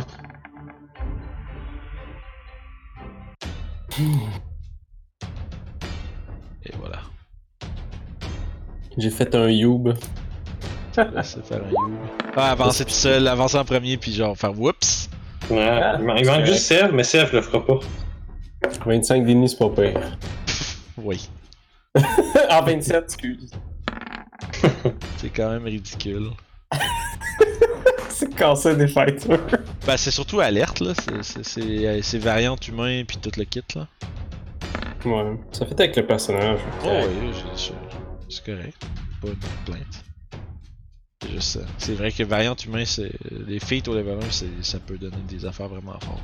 Et voilà. J'ai fait un Youb. Laissez faire un you. Ah, avancer tout seul, avancer en premier, puis genre faire whoops. Ouais, il manque juste Sev, mais Sev le fera pas. 25 dénis, c'est pas pire. Oui. Ah, 27, excuse. C'est quand même ridicule. C'est cassé des fêtes, ça. Ben, c'est surtout alerte, là. C'est variante humain, puis tout le kit, là. Ouais, ça fait avec le personnage. Oh, oui, c'est correct. pas une plainte. C'est juste ça. C'est vrai que variant humain, c'est les feats au level 1, ça peut donner des affaires vraiment fortes.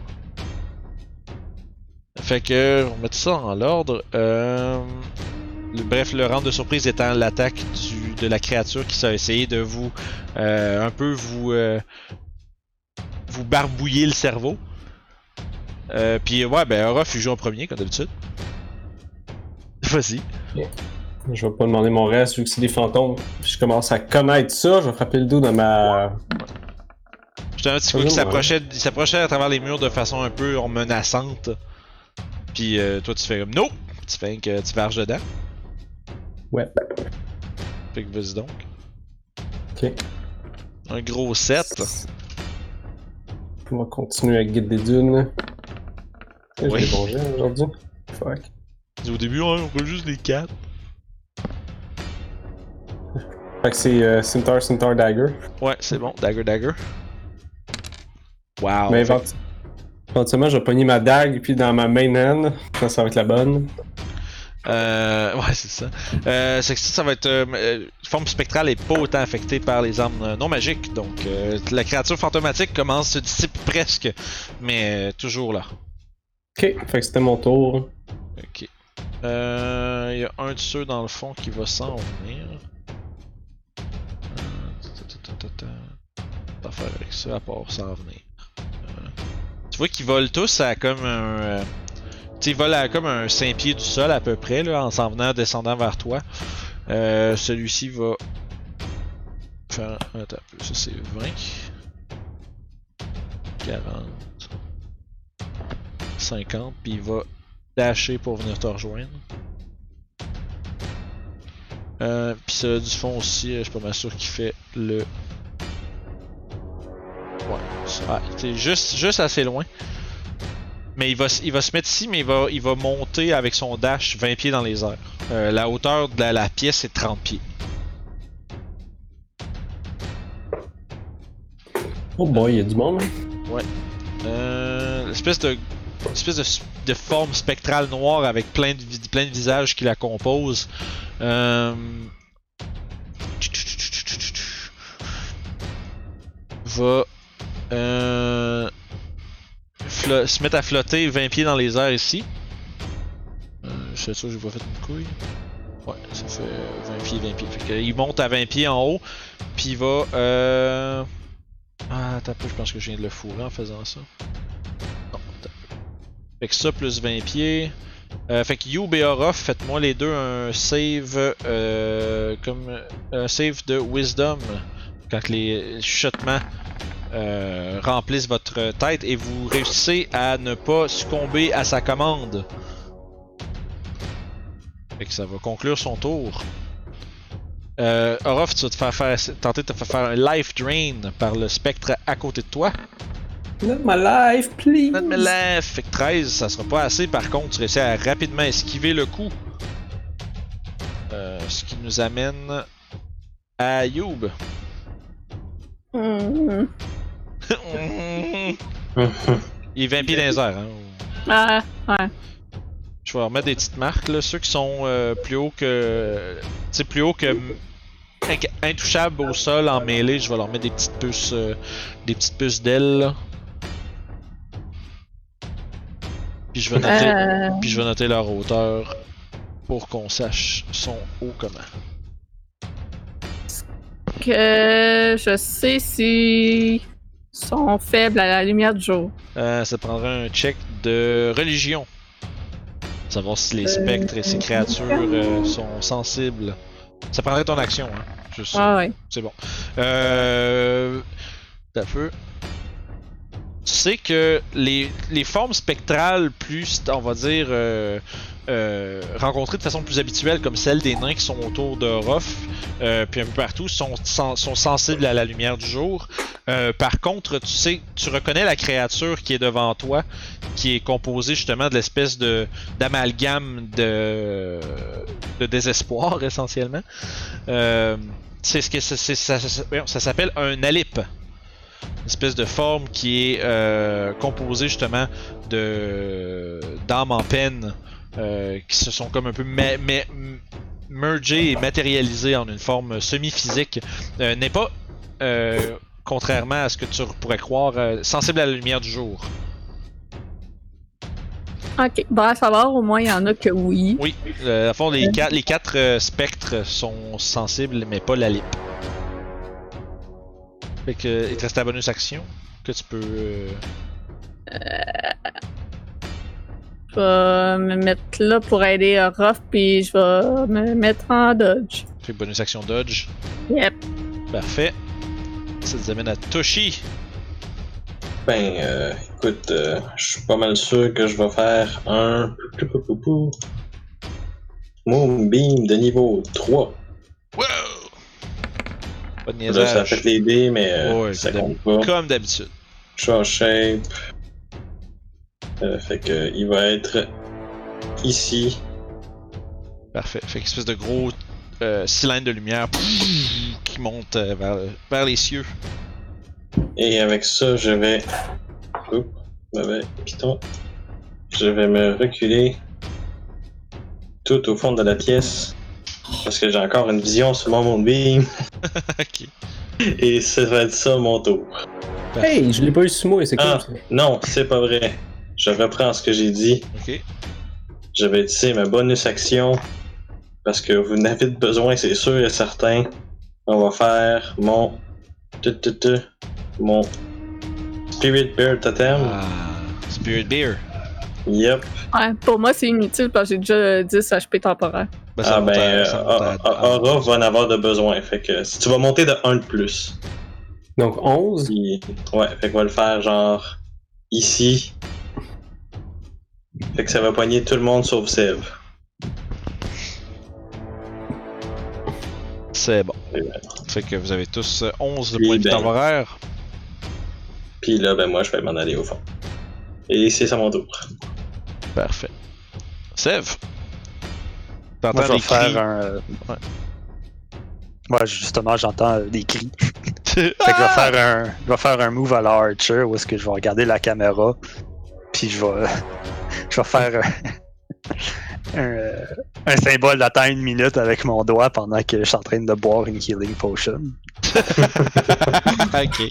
Fait que, on va mettre ça en l'ordre. Bref, le round de surprise étant l'attaque de la créature qui a essayé de vous un peu vous barbouiller le cerveau. Puis ouais, ben Orof il joue en premier comme d'habitude. Vas-y. Je vais pas demander mon reste vu que c'est des fantômes. Je commence à connaître ça, je vais frapper le dos de ma. J'étais un petit coup qui s'approchait à travers les murs de façon un peu menaçante. Puis toi tu fais comme no! Tu fais que tu varges dedans. Ouais. Fait que vas-y donc. Ok. Un gros 7. On va continuer à guide des dunes. J'ai Oui. des bons jets aujourd'hui. Fuck. Au début, on roule juste des 4. Fait que c'est Centaur, Dagger. Ouais, c'est bon. Dagger. Wow. Mais éventuellement, je vais pogner ma dague puis dans ma main hand. Ça va être la bonne. Ouais, c'est ça. C'est que ça va être. Forme spectrale est pas autant affectée par les armes non magiques, donc la créature fantomatique commence se dissipe presque, mais toujours là. Ok, fait que c'était mon tour. Ok. Il y a un de ceux dans le fond qui va s'en venir. Pas faire avec ça à part s'en venir. Tu vois qu'ils volent tous à comme un. Tu sais, ils volent à comme un 5 pieds du sol à peu près, là, en s'en venant, descendant vers toi. Celui-ci va faire. Attends un peu, ça c'est 20. 40. 50, puis il va dasher pour venir te rejoindre. Puis ça du fond aussi, je suis pas mal sûr qu'il fait le. Ouais, ça, c'est juste assez loin. Mais il va se mettre ici, mais il va monter avec son dash 20 pieds dans les airs. La hauteur de la pièce est 30 pieds. Oh boy, il y a du monde. Ouais. L'espèce de forme spectrale noire avec plein de visages qui la composent. Va se mettre à flotter 20 pieds dans les airs ici. Je suis sûr que j'ai pas fait une couille. Ouais, ça fait 20 pieds, 20 pieds. Fait que, il monte à 20 pieds en haut, puis il va. Ah, attends un peu, je pense que je viens de le fourrer en faisant ça. Non, attends. Fait que ça plus 20 pieds. Fait que Youb et Orof, faites-moi les deux un save comme un save de Wisdom quand les chuchotements remplissent votre tête et vous réussissez à ne pas succomber à sa commande. Fait que ça va conclure son tour. Orof, tu vas tenter de te faire un life drain par le spectre à côté de toi. Not my life, please! Not my life! Fait que 13, ça sera pas assez. Par contre, tu réussis à rapidement esquiver le coup. Ce qui nous amène à Youb. Il est 20 pieds dans les airs. Hein. Ah, ouais. Je vais remettre des petites marques. Là. Ceux qui sont plus haut que. Tu sais, plus haut que. Intouchables au sol en mêlée, je vais leur mettre des petites puces d'ailes. Puis je vais noter leur hauteur pour qu'on sache son haut comment. Que je sais si sont faibles à la lumière du jour. Ça prendra un check de religion. Savoir si les spectres et ces créatures sont sensibles. Ça prendrait ton action, hein. Juste, Ouais. c'est bon. T'as peu. Tu sais que les formes spectrales plus, on va dire, rencontrées de façon plus habituelle, comme celles des nains qui sont autour de Rof, puis un peu partout, sont sensibles à la lumière du jour. Par contre, tu reconnais la créature qui est devant toi, qui est composée justement de l'espèce d'amalgame de désespoir essentiellement. C'est ce que ça s'appelle un alype. Une espèce de forme qui est composée justement d'âmes en peine qui se sont comme un peu merger et matérialiser en une forme semi-physique, n'est pas, contrairement à ce que tu pourrais croire, sensible à la lumière du jour. Ok, bon à savoir, au moins il y en a que oui. Oui, à fond, les quatre spectres sont sensibles, mais pas la lip. Fait que, il te reste ta bonus action que tu peux. Je vais me mettre là pour aider Ruff, puis je vais me mettre en dodge. Fait que bonus action dodge. Yep. Parfait. Ça nous amène à Toshi. Ben, écoute, je suis pas mal sûr que je vais faire un Moonbeam de niveau 3. Wow! Pas de Là, ça niaisage. fait les dés, mais Ouais, ça c'est compte pas. Comme d'habitude. Draw shape. Fait que il va être ici. Parfait. Fait qu'une espèce de gros cylindre de lumière qui monte vers les cieux. Et avec ça, je vais. Oups, mauvais piton. Je vais me reculer tout au fond de la pièce. Parce que j'ai encore une vision sur mon Moonbeam. Ok. Et ça va être ça mon tour. Hey, je l'ai pas eu sous moi, c'est Ah, cool ça. non, c'est pas vrai. Je reprends ce que j'ai dit. Ok. Je vais utiliser ma bonus action. Parce que vous en avez besoin, c'est sûr et certain. On va faire mon. Mon Spirit Bear Totem. Ah, Spirit Beer. Yep. Ouais, pour moi c'est inutile parce que j'ai déjà 10 HP temporaire. Ben, ça Ah monte ben, ça monte Aura va en avoir de besoin. Fait que si tu vas monter de 1 de plus. Donc 11. Ouais, fait qu'on va le faire genre ici. Fait que ça va poigner tout le monde sauf Sev. C'est bon. Et ben. Fait que vous avez tous 11 Puis points de vie ben. temporaire. Puis là, ben moi je vais m'en aller au fond. Et c'est ça mon tour. Parfait. Sev. Moi, T'entends je vais des cris. faire un. Ouais, justement, j'entends des cris. Fait Fait que je vais faire un move à la Archer où est-ce que je vais regarder la caméra. Puis je vais faire un symbole d'attends 1 minute avec mon doigt pendant que je suis en train de boire une healing potion. Ok.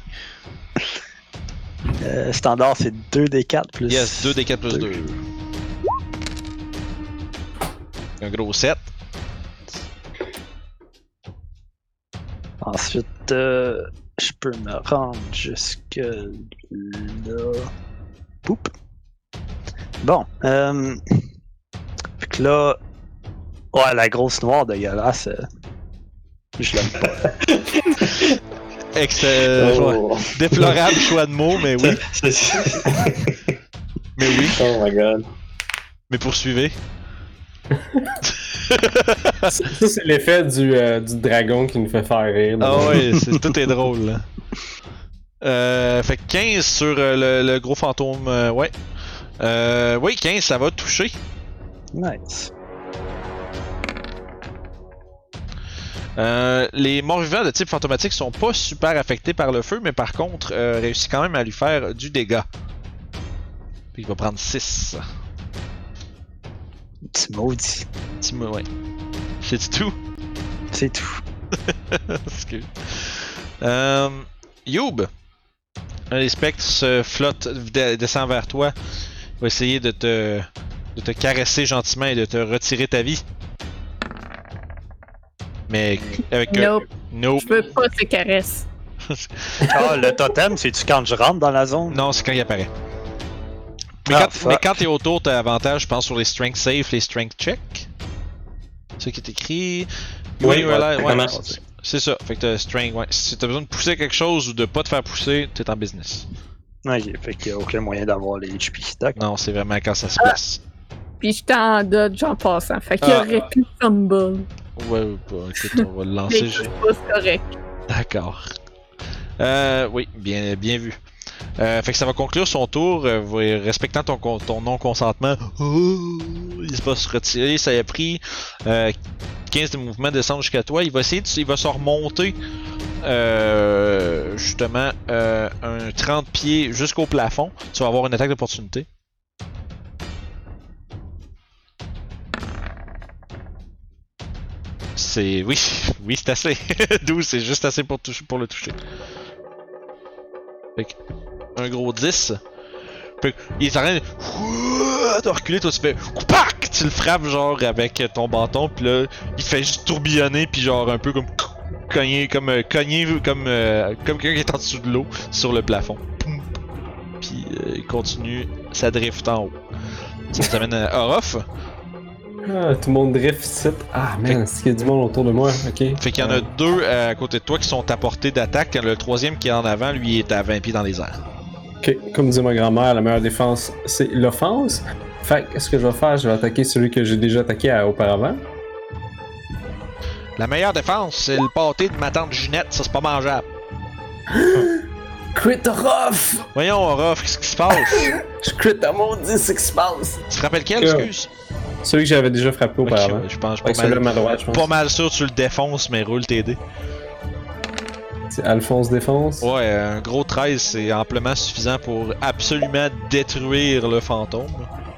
Standard, c'est 2d4 plus. Yes, 2d4 plus 2. Un gros 7. Ensuite, je peux me rendre jusque là. Poup. Bon. Fait que là. Ouais, la grosse noire dégueulasse. Je l'aime pas. Oh. Déplorable choix de mots, mais oui. Mais oui. Oh my god. Mais poursuivez. Ça, c'est l'effet du dragon qui nous fait faire rire. Ah ouais, tout est drôle là. Fait que 15 sur le gros fantôme, ouais. Oui, 15, ça va toucher. Nice. Les morts-vivants de type fantomatique sont pas super affectés par le feu, mais par contre, réussit quand même à lui faire du dégât. Puis il va prendre 6. Petit maudit. Ouais. C'est tout? C'est tout. Excuse. Youb! Un des spectres se flotte, descend vers toi. Il va essayer de te caresser gentiment et de te retirer ta vie. Mais avec... Nope. Nope. Je veux pas ces caresses. Ah, le totem, c'est-tu quand je rentre dans la zone? Non, c'est quand il apparaît. Mais, Ah, mais quand t'es autour, t'as avantage, je pense, sur les strength save, les strength check. C'est ce qui est écrit. Oui, ouais, vraiment. c'est ça. Fait que t'as strength, ouais. Si t'as besoin de pousser quelque chose ou de pas te faire pousser, t'es en business. Ok, fait qu'il n'y a aucun moyen d'avoir les HP. D'accord. Non, c'est vraiment quand ça se passe. Puis j'étais en dodge en passant. Fait qu'il Ah. aurait pu fumble. Ouais, écoute, on va le lancer. Mais c'est pas correct. D'accord. Oui, bien vu. Fait que ça va conclure son tour, respectant ton non-consentement. Oh, il va se retirer, ça a pris 15 de mouvement descendre jusqu'à toi. Il va essayer il va se remonter justement un 30 pieds jusqu'au plafond. Tu vas avoir une attaque d'opportunité. C'est. Oui, oui, c'est assez. 12, c'est juste assez pour le toucher. Fait que, un gros 10. Fait que, il est en train de reculer, toi tu fais PAC! Tu le frappes genre avec ton bâton, pis là, il fait juste tourbillonner, pis genre un peu comme cogner, comme quelqu'un qui est en dessous de l'eau sur le plafond. Puis il continue sa drift en haut. Ça nous amène à Orof. Ah, tout le monde drift ici. Ah, man, c'est qu'il y a du monde autour de moi, ok. Fait qu'il y en a deux à côté de toi qui sont à portée d'attaque. Le troisième qui est en avant, lui, est à 20 pieds dans les airs. Ok, comme disait ma grand-mère, la meilleure défense, c'est l'offense. Fait que ce que je vais faire, je vais attaquer celui que j'ai déjà attaqué auparavant. La meilleure défense, c'est le pâté de ma tante Ginette, ça c'est pas mangeable. Crit off! Voyons, Orof, qu'est-ce qui se passe? Je crit à maudit, c'est ce qui se passe! Tu te rappelles quel, excuse? Celui que j'avais déjà frappé auparavant. Je pense Avec celui-là à ma droite, je pense. pas mal sûr que tu le défonces, mais roule tes dés. C'est Alphonse défonce. Ouais, un gros 13, c'est amplement suffisant pour absolument détruire le fantôme.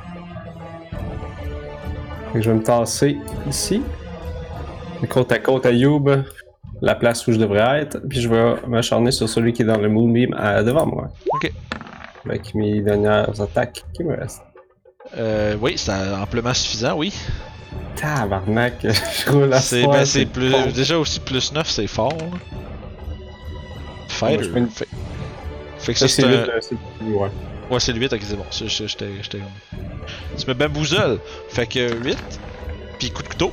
Fait que je vais me tasser ici. Côte à côte à Youb, la place où je devrais être. Puis je vais m'acharner sur celui qui est dans le Moonbeam devant moi. Ok. Avec mes dernières attaques qui me restent. Oui, c'est amplement suffisant, oui. Tabarnak, je roule à C'est soir, c'est plus, fort. déjà aussi plus 9, c'est fort. Là. Fighter. Ouais, je peux une- Fait que ça, c'est c'est un... 8, c'est plus, ouais. Ouais, c'est le 8, ok, c'est bon. J'étais comme. Tu me bamboozles. Fait que 8. Puis coup de couteau.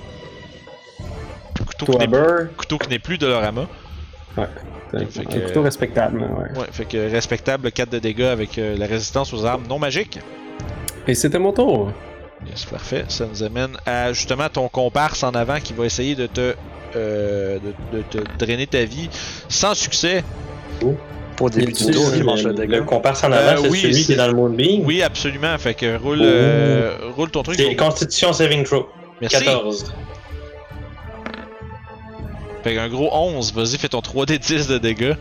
Couteau qui n'est plus de l'orama. Ouais. Fait Un que- couteau respectable, ouais. Ouais, fait que respectable 4 de dégâts avec la résistance aux armes non magiques. Et c'était mon tour. Yes, parfait. Ça nous amène à justement ton comparse en avant qui va essayer de te drainer ta vie sans succès. Au début du tour, il mange le Le dégât. comparse en avant, c'est oui, celui qui c'est- est dans le Moonbeam. Oui, absolument. Fait que roule ton truc. C'est Constitution Saving Throw. Merci. 14. Fait qu'un gros 11. Vas-y, fais ton 3d10 de dégâts.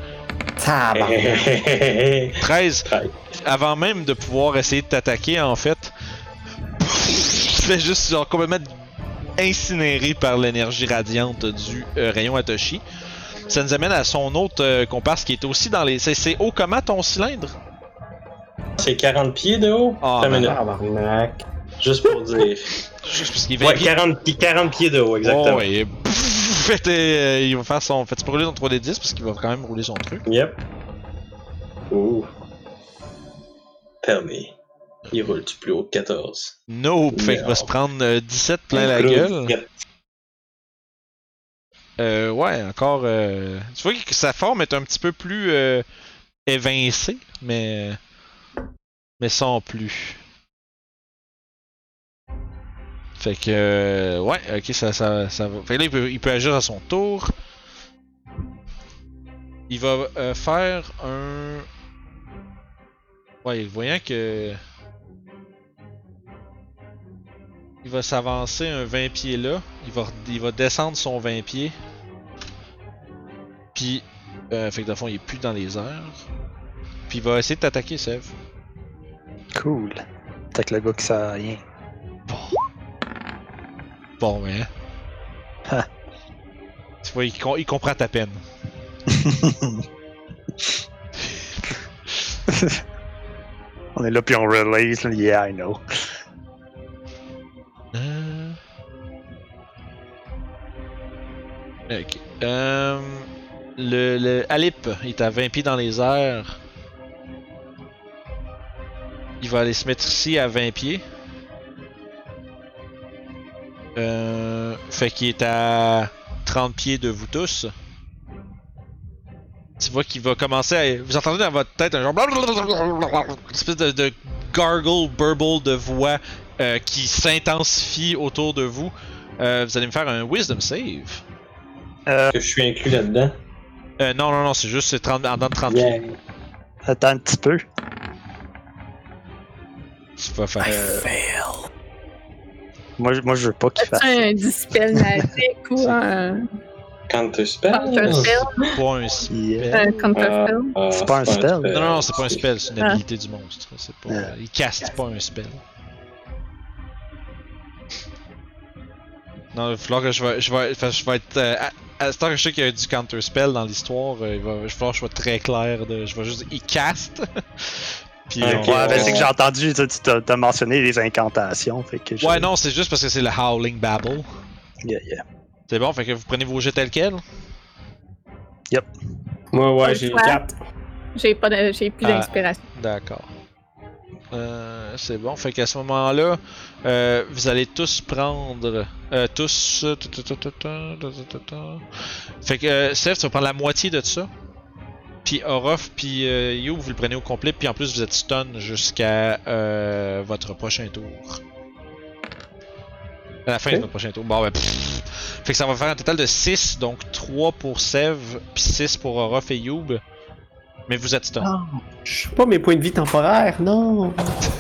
Hey, 13. Avant même de pouvoir essayer de t'attaquer, en fait, tu te fais juste genre complètement incinéré par l'énergie radiante du rayon Atoshi. Ça nous amène à son autre comparse qui est aussi dans les... C'est haut comment ton cylindre? C'est 40 pieds de haut? Ah, Attends une minute. Tabarnak. Juste pour dire. Juste parce qu'il est 20 Ouais, pieds. 40 pieds de haut, exactement. Oh, ouais. Il va faire son... Fait tu peux rouler ton 3d10 parce qu'il va quand même rouler son truc. Yep. Ouh. Tell me. Il roule du plus haut que 14. Nope. Fait qu'il va se prendre 17 plein la gueule. Yep. Ouais, encore... Tu vois que sa forme est un petit peu plus évincée, mais sans plus. Fait que... ouais, ok, ça va. Fait que là, il peut agir à son tour. Il va faire un... Ouais, voyant que... Il va s'avancer un 20 pieds là. Il va descendre son 20 pieds. Puis, fait que de fond, il est plus dans les airs. Puis il va essayer de t'attaquer, Sev. Cool. T'as que le gars qui sert à rien. Bon, mais. Ah. Tu vois, il comprend ta peine. On est là puis on release, là. Yeah, I know. Ok. Le Alip, il est à 20 pieds dans les airs. Il va aller se mettre ici à 20 pieds. Fait qu'il est à 30 pieds de vous tous. Tu vois qu'il va commencer à... Vous entendez dans votre tête un genre... Une espèce de gargle, burble de voix qui s'intensifie autour de vous. Vous allez me faire un Wisdom Save. Que je suis inclus là-dedans. Non, c'est juste 30, en dedans de 30 Yeah. pieds. Attends un petit peu. Tu vas faire... Moi, je veux pas qu'il fasse. As-tu un dispel magique ou un Counterspell? counterspell? pas un spell. Yeah. Un counterspell? C'est pas un spell. Non, c'est pas un spell, c'est une Ah. habilité du monstre. C'est pas... il caste pas un spell. Non, il va falloir que je vais être. À ce temps que je sais qu'il y a du counterspell dans l'histoire, il va falloir que je sois très clair. Je vais juste. Il cast. Puis Ok, Ouais, ben c'est que j'ai entendu, tu t'as mentionné les incantations. Fait que Ouais, non, c'est juste parce que c'est le Howling Babble. Yeah. C'est bon, fait que vous prenez vos jets tels quels? Moi, Pas ouais, le j'ai choix. 4. J'ai plus d'inspiration. D'accord. C'est bon, fait qu'à ce moment-là, vous allez tous prendre. Tous. Fait que Seth, tu vas prendre la moitié de ça. Puis Orof, puis You, vous le prenez au complet. Puis en plus, vous êtes stun jusqu'à votre prochain tour. À la fin de votre prochain tour. Bon, ben. Fait que ça va faire un total de 6, donc 3 pour Sev, puis 6 pour Orof et Youb. Mais vous êtes stun. Oh, je suis pas mes points de vie temporaires, non!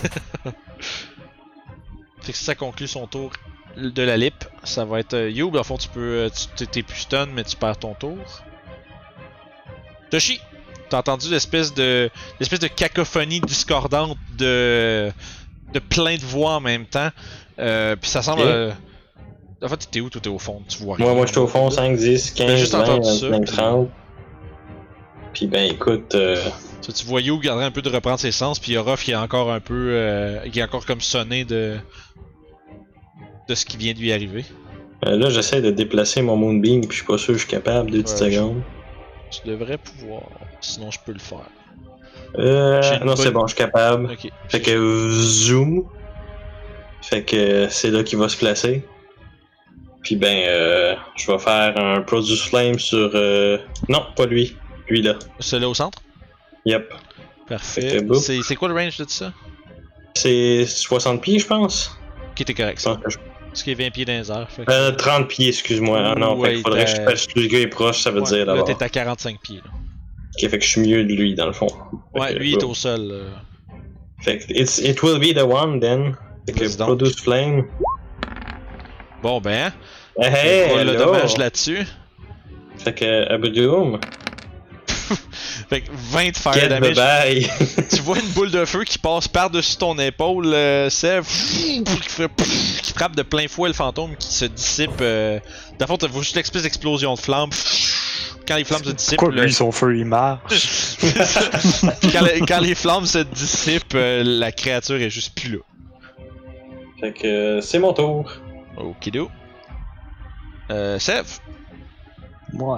Fait que si ça conclut son tour de la lip, ça va être Youb. En fond, tu peux. T'es plus stun, mais tu perds ton tour. Toshi! T'as entendu l'espèce de cacophonie discordante de plein de voix en même temps. Puis ça semble. En fait, t'es où? Toi, t'es au fond, tu vois rien. Moi, j'étais au fond 5, 10, 15, juste 20, entendu ça, 25, puis- 30. Puis ben écoute, Tu vois You garder un peu de reprendre ses sens, puis Orof qui est encore un peu. qui est encore comme sonné de ce qui vient de lui arriver. là j'essaie de déplacer mon Moonbeam, puis je suis pas sûr que je suis capable, 2 petites Ouais, secondes. Tu devrais pouvoir, sinon je peux le faire. J'ai une Non, c'est bonne- bon, je suis capable. Ok. Fait que zoom. Fait que c'est là qu'il va se placer. Puis ben, je vais faire un Produce Flame sur. Non, pas lui. Lui là. Celui-là au centre? Yep. Parfait. Fait que boum. C'est quoi le range de ça? C'est 60 pieds, je pense. Qui était correct, Je ça. pense que je- Ce qui est 20 pieds dans les airs. Fait que... 30 pieds, excuse-moi. Ah non, Ouais, fait qu'il faudrait que je t'as- fasse le gars est proche, ça veut Ouais, dire là, d'abord. t'es à 45 pieds. Là. Ok, fait que je suis mieux de lui dans le fond. Fait Ouais, que, lui il est boum. au sol. Fait que it will be the one then. Fait que Vas-y donc. Produce Flame. Bon ben, Hey, on roule le hello. dommage là-dessus. Fait que Abadoum. Fait que 20 de fire Get damage. bye. Tu vois une boule de feu qui passe par-dessus ton épaule, Sev, qui frappe de plein fouet le fantôme qui se dissipe. Dans le fond, t'as juste l'espèce d'explosion de flammes. Quand les flammes se dissipent, Pourquoi lui, son feu, il marche? quand les flammes se dissipent, la créature est juste plus là. Fait que c'est mon tour. Okido. Sev. Moi.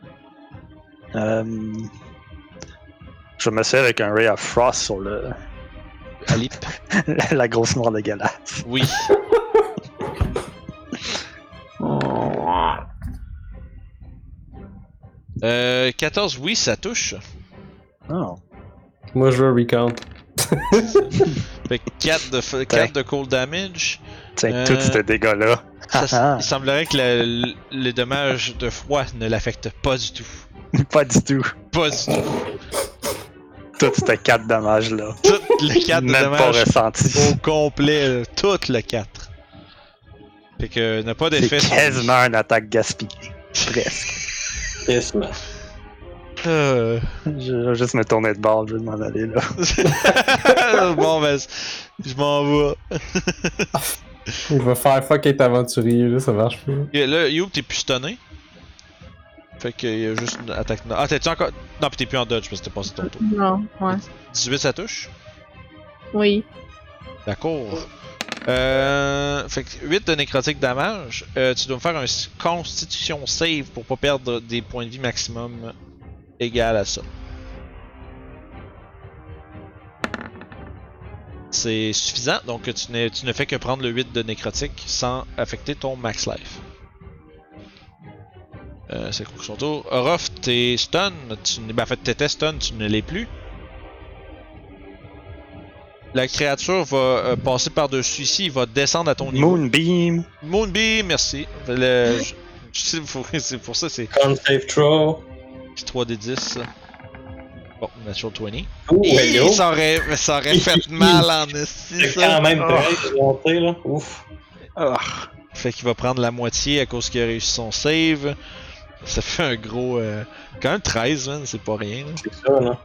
Je me sers avec un Ray of Frost sur Alip. la grosse noire de Galas. Oui. Euh, 14, oui, ça touche. Oh. Moi, je veux recount. Fait que 4 de cold damage. Tiens, tous ces dégâts-là. Il semblerait que le dommage de froid ne l'affecte pas du tout. Pas du tout. Pas du tout. Tout ces 4 dommages-là. Tout le 4 de Même pas dommage ressenti. au complet. Tout le 4. Fait que n'a pas d'effet C'est sur quasiment une attaque gaspillée. Presque. Yes, man. Je vais juste me tourner de bord, je vais m'en aller là. Bon, ben, je m'en vais. Il va faire fuck être aventurier, là, ça marche pas. Et là, You, t'es plus stunné. Fait qu'il y a juste une attaque. Ah, t'es-tu encore. Non, pis t'es plus en dodge parce que t'es passé ton tour. Non, ouais. 18, ça touche. Oui. D'accord. Fait que 8 de nécrotique damage. Tu dois me faire un constitution save pour pas perdre des points de vie maximum égal à ça. C'est suffisant, donc tu ne fais que prendre le 8 de nécrotique sans affecter ton max life. C'est quoi son tour? Orof, t'es stun. Ben, en fait, t'étais stun, tu ne l'es plus. La créature va passer par-dessus ici, il va descendre à ton niveau. Moonbeam. Moonbeam, merci. C'est pour ça, c'est Con save throw. 3d10. Ça. Bon, natural 20. Ouh, Hi, hello. ça aurait fait mal en esti, C'est ça. quand même pareil de monter là. Ouf. Ah. Fait qu'il va prendre la moitié à cause qu'il a réussi son save. Ça fait un gros. Quand même 13, man, c'est pas rien. Là. C'est ça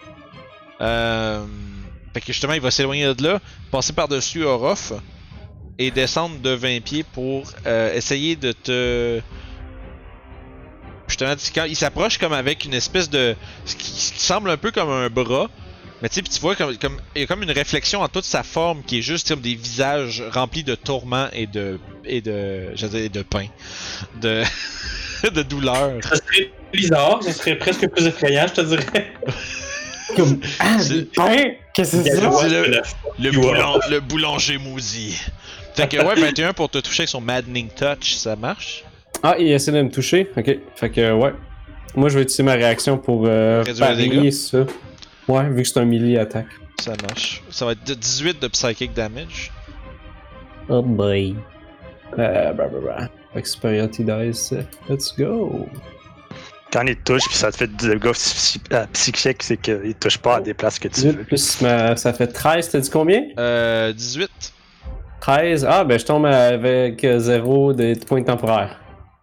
là. Fait que justement, il va s'éloigner de là, passer par-dessus Orof. et descendre de 20 pieds pour essayer de te... Justement, quand il s'approche comme avec une espèce de... Ce qui semble un peu comme un bras. Mais tu sais, tu vois, il y a comme une réflexion en toute sa forme qui est juste comme des visages remplis de tourments et de pain. De... de douleur. Ça serait bizarre, ça serait presque plus effrayant, je te dirais. Comme, C'est- des pains? Qu'est-ce que c'est ça? C'est le boulanger maudit. Fait que ouais, 21 pour te toucher avec son Maddening Touch, ça marche. Ah, il essaie de me toucher. Ok. Fait que, ouais. Moi, je vais utiliser ma réaction pour Réduire les dégâts. parier ça. Ouais, vu que c'est un melee attaque. Ça marche. Ça va être de 18 de psychic damage. Oh boy. Fait que superiority dice. Let's go. Quand il te touche, puis ça te fait du dégâts psychique, c'est qu'il te touche pas à des places que tu 18 veux. plus ça fait 13, t'as dit combien? 18. 13. Ah, ben je tombe avec 0 de points temporaires.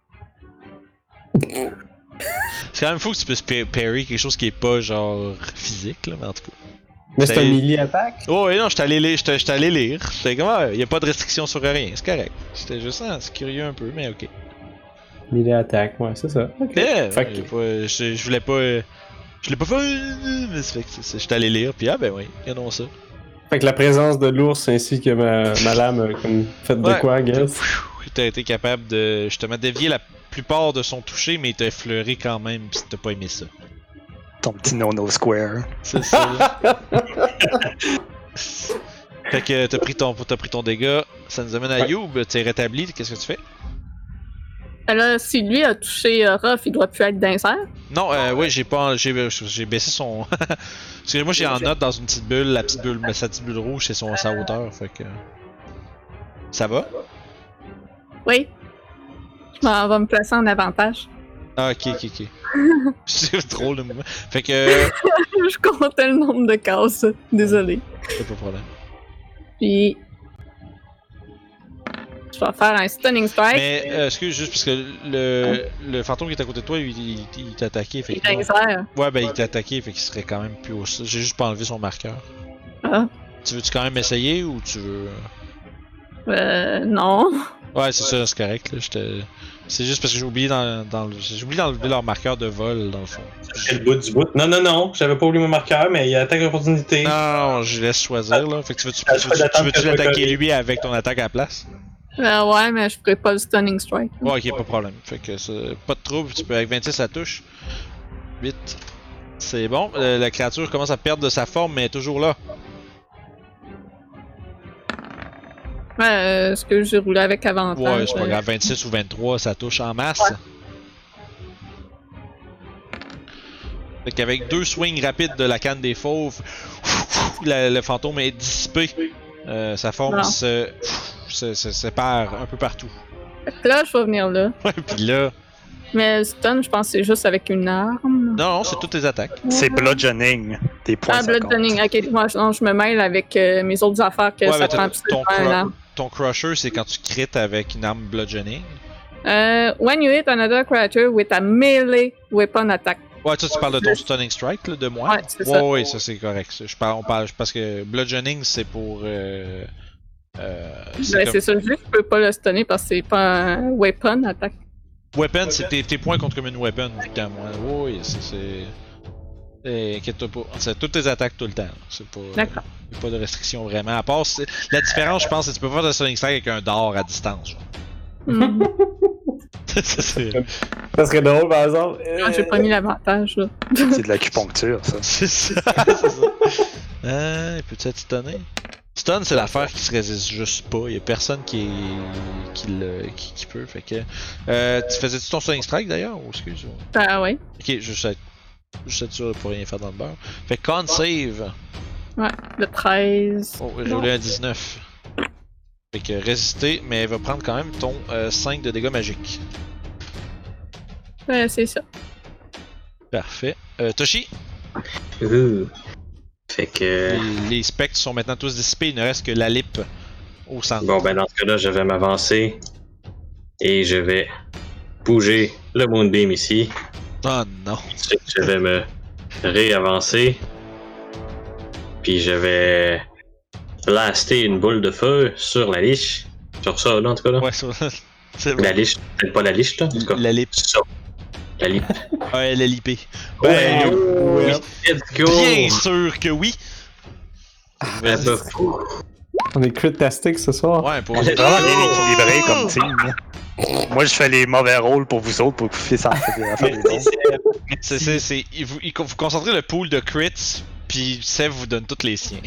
C'est quand même fou que tu puisses parry quelque chose qui est pas genre physique, là, mais en tout cas. Mais c'est C'est- un melee attaque? Oh, et non, j'étais allé lire. J'étais comme, ah, y a pas de restriction sur rien, c'est correct. C'était juste, c'est curieux un peu, mais ok. Melee attaque, ouais, c'est ça. Ok. Yeah, Fait que- je voulais pas. Je l'ai pas fait, mais c'est fait que j'étais allé lire, puis ah ben oui, regardons ça. Fait que la présence de l'ours ainsi que ma lame a comme fait de Ouais. quoi, I guess? T'as été capable de justement dévier la plupart de son toucher, mais il t'a effleuré quand même, pis t'as pas aimé ça. Ton petit no-no square. C'est ça. Fait que t'as pris ton dégât, ça nous amène à Ouais. Youb, t'es rétabli, qu'est-ce que tu fais? Alors, si lui a touché Ruff, il doit plus être d'insert. Non, oui, j'ai baissé son. Parce que moi j'ai en note dans une petite bulle, la petite bulle, mais sa petite bulle rouge c'est sa hauteur, fait que. Ça va? Oui. Je m'en vais me placer en avantage. Ah, ok. C'est drôle le mouvement. Fait que. Je comptais le nombre de cases. Désolé. Pas de problème. Puis. Je vais faire un stunning strike. Mais, excuse, juste parce que le fantôme qui est à côté de toi, il t'a attaqué, fait Il que. est d'insert. Ouais, ben il t'a attaqué, fait qu'il serait quand même plus haut. J'ai juste pas enlevé son marqueur. Ah. Tu veux-tu quand même essayer ou tu veux. Non. Ouais, c'est ça, c'est correct, là. C'est juste parce que j'ai oublié d'enlever leur marqueur de vol, dans le fond. C'est le bout du bout. Non, j'avais pas oublié mon marqueur, mais il y a attaque d'opportunité. Non, je laisse choisir, là. Fait que tu veux-tu d'attendre que je me l'attaquer corrige. lui avec ton attaque à la place? Ouais, mais je ferai pas le stunning strike. Ouais, ok, pas de problème. Fait que pas de trouble, tu peux avec 26 ça touche. 8. C'est bon. La créature commence à perdre de sa forme, mais elle est toujours là. Ouais, ce que j'ai roulé avec avantage. Ouais, c'est pas grave. 26 ou 23, ça touche en masse. Ouais. Fait qu'avec 2 swings rapides de la canne des fauves, le fantôme est dissipé. Sa forme Non. se sépare un peu partout. Fait que là, je vais venir là. Ouais, pis là. Mais le stun, je pense que c'est juste avec une arme. Non, c'est toutes tes attaques. C'est bludgeoning. Tes points. Ah, ça compte. bludgeoning. Ok, moi, non, je me mêle avec mes autres affaires que Ouais, ça mais prend absolument une arme. ton crusher, c'est quand tu crites avec une arme bludgeoning. When you hit another creature with a melee weapon attack. Ouais, tu parles de ton stunning strike, là, de moi. Ouais, c'est ça. Ouais, ça c'est correct. Ça. On parle parce que bludgeoning, c'est pour. Ben, comme- c'est ça, juste je peux pas le stunner parce que c'est pas un weapon attack. Weapon, c'est tes points contre comme une weapon, putain, moi. Oui, c'est. Inquiète-toi pas. C'est toutes tes attaques tout le temps. C'est pas. D'accord. Y a pas de restriction vraiment. À part, la différence, je pense, c'est que tu peux faire de stunning strike avec un dard à distance. Genre. Hmm. Ça, c'est Ça serait drôle, par exemple. Ah, j'ai pas mis l'avantage, là. C'est de l'acupuncture, ça. c'est ça. Peut-être être stunné? Stun, c'est l'affaire qui se résiste juste pas. Y a personne qui peut. Fait que. Tu faisais-tu ton stunning strike d'ailleurs? Ou excuse? Ah, ouais. Ok, juste être sûr de pas rien faire dans le beurre. Fait que con save. Ouais, le 13. Oh, j'ai roulé un 19. Fait que résister, mais elle va prendre quand même ton 5 de dégâts magiques. Ouais, c'est ça. Parfait. Toshi, Fait que. les spectres sont maintenant tous dissipés, il ne reste que la lip au centre. Bon, ben dans ce cas-là, je vais m'avancer. Et je vais bouger le Moonbeam ici. Oh non. Ensuite, je vais me réavancer. Puis je vais blaster une boule de feu sur la liche. Genre ça, là, en tout cas, là. Ouais, c'est La liche, peut-être pas la liche, là, en tout cas. La lip. Ça. La lip. Ouais, l'LIP. Ouais, Ben, yo, oui. let's go! Bien sûr que oui! Ben, bah, On est crit-tastic ce soir. Ouais, pour C'est vraiment bien équilibré comme team. Là. Moi, je fais les mauvais rôles pour vous autres pour que vous puissiez en faire des bons. vous concentrez le pool de crits, puis Sev vous donne tous les siens.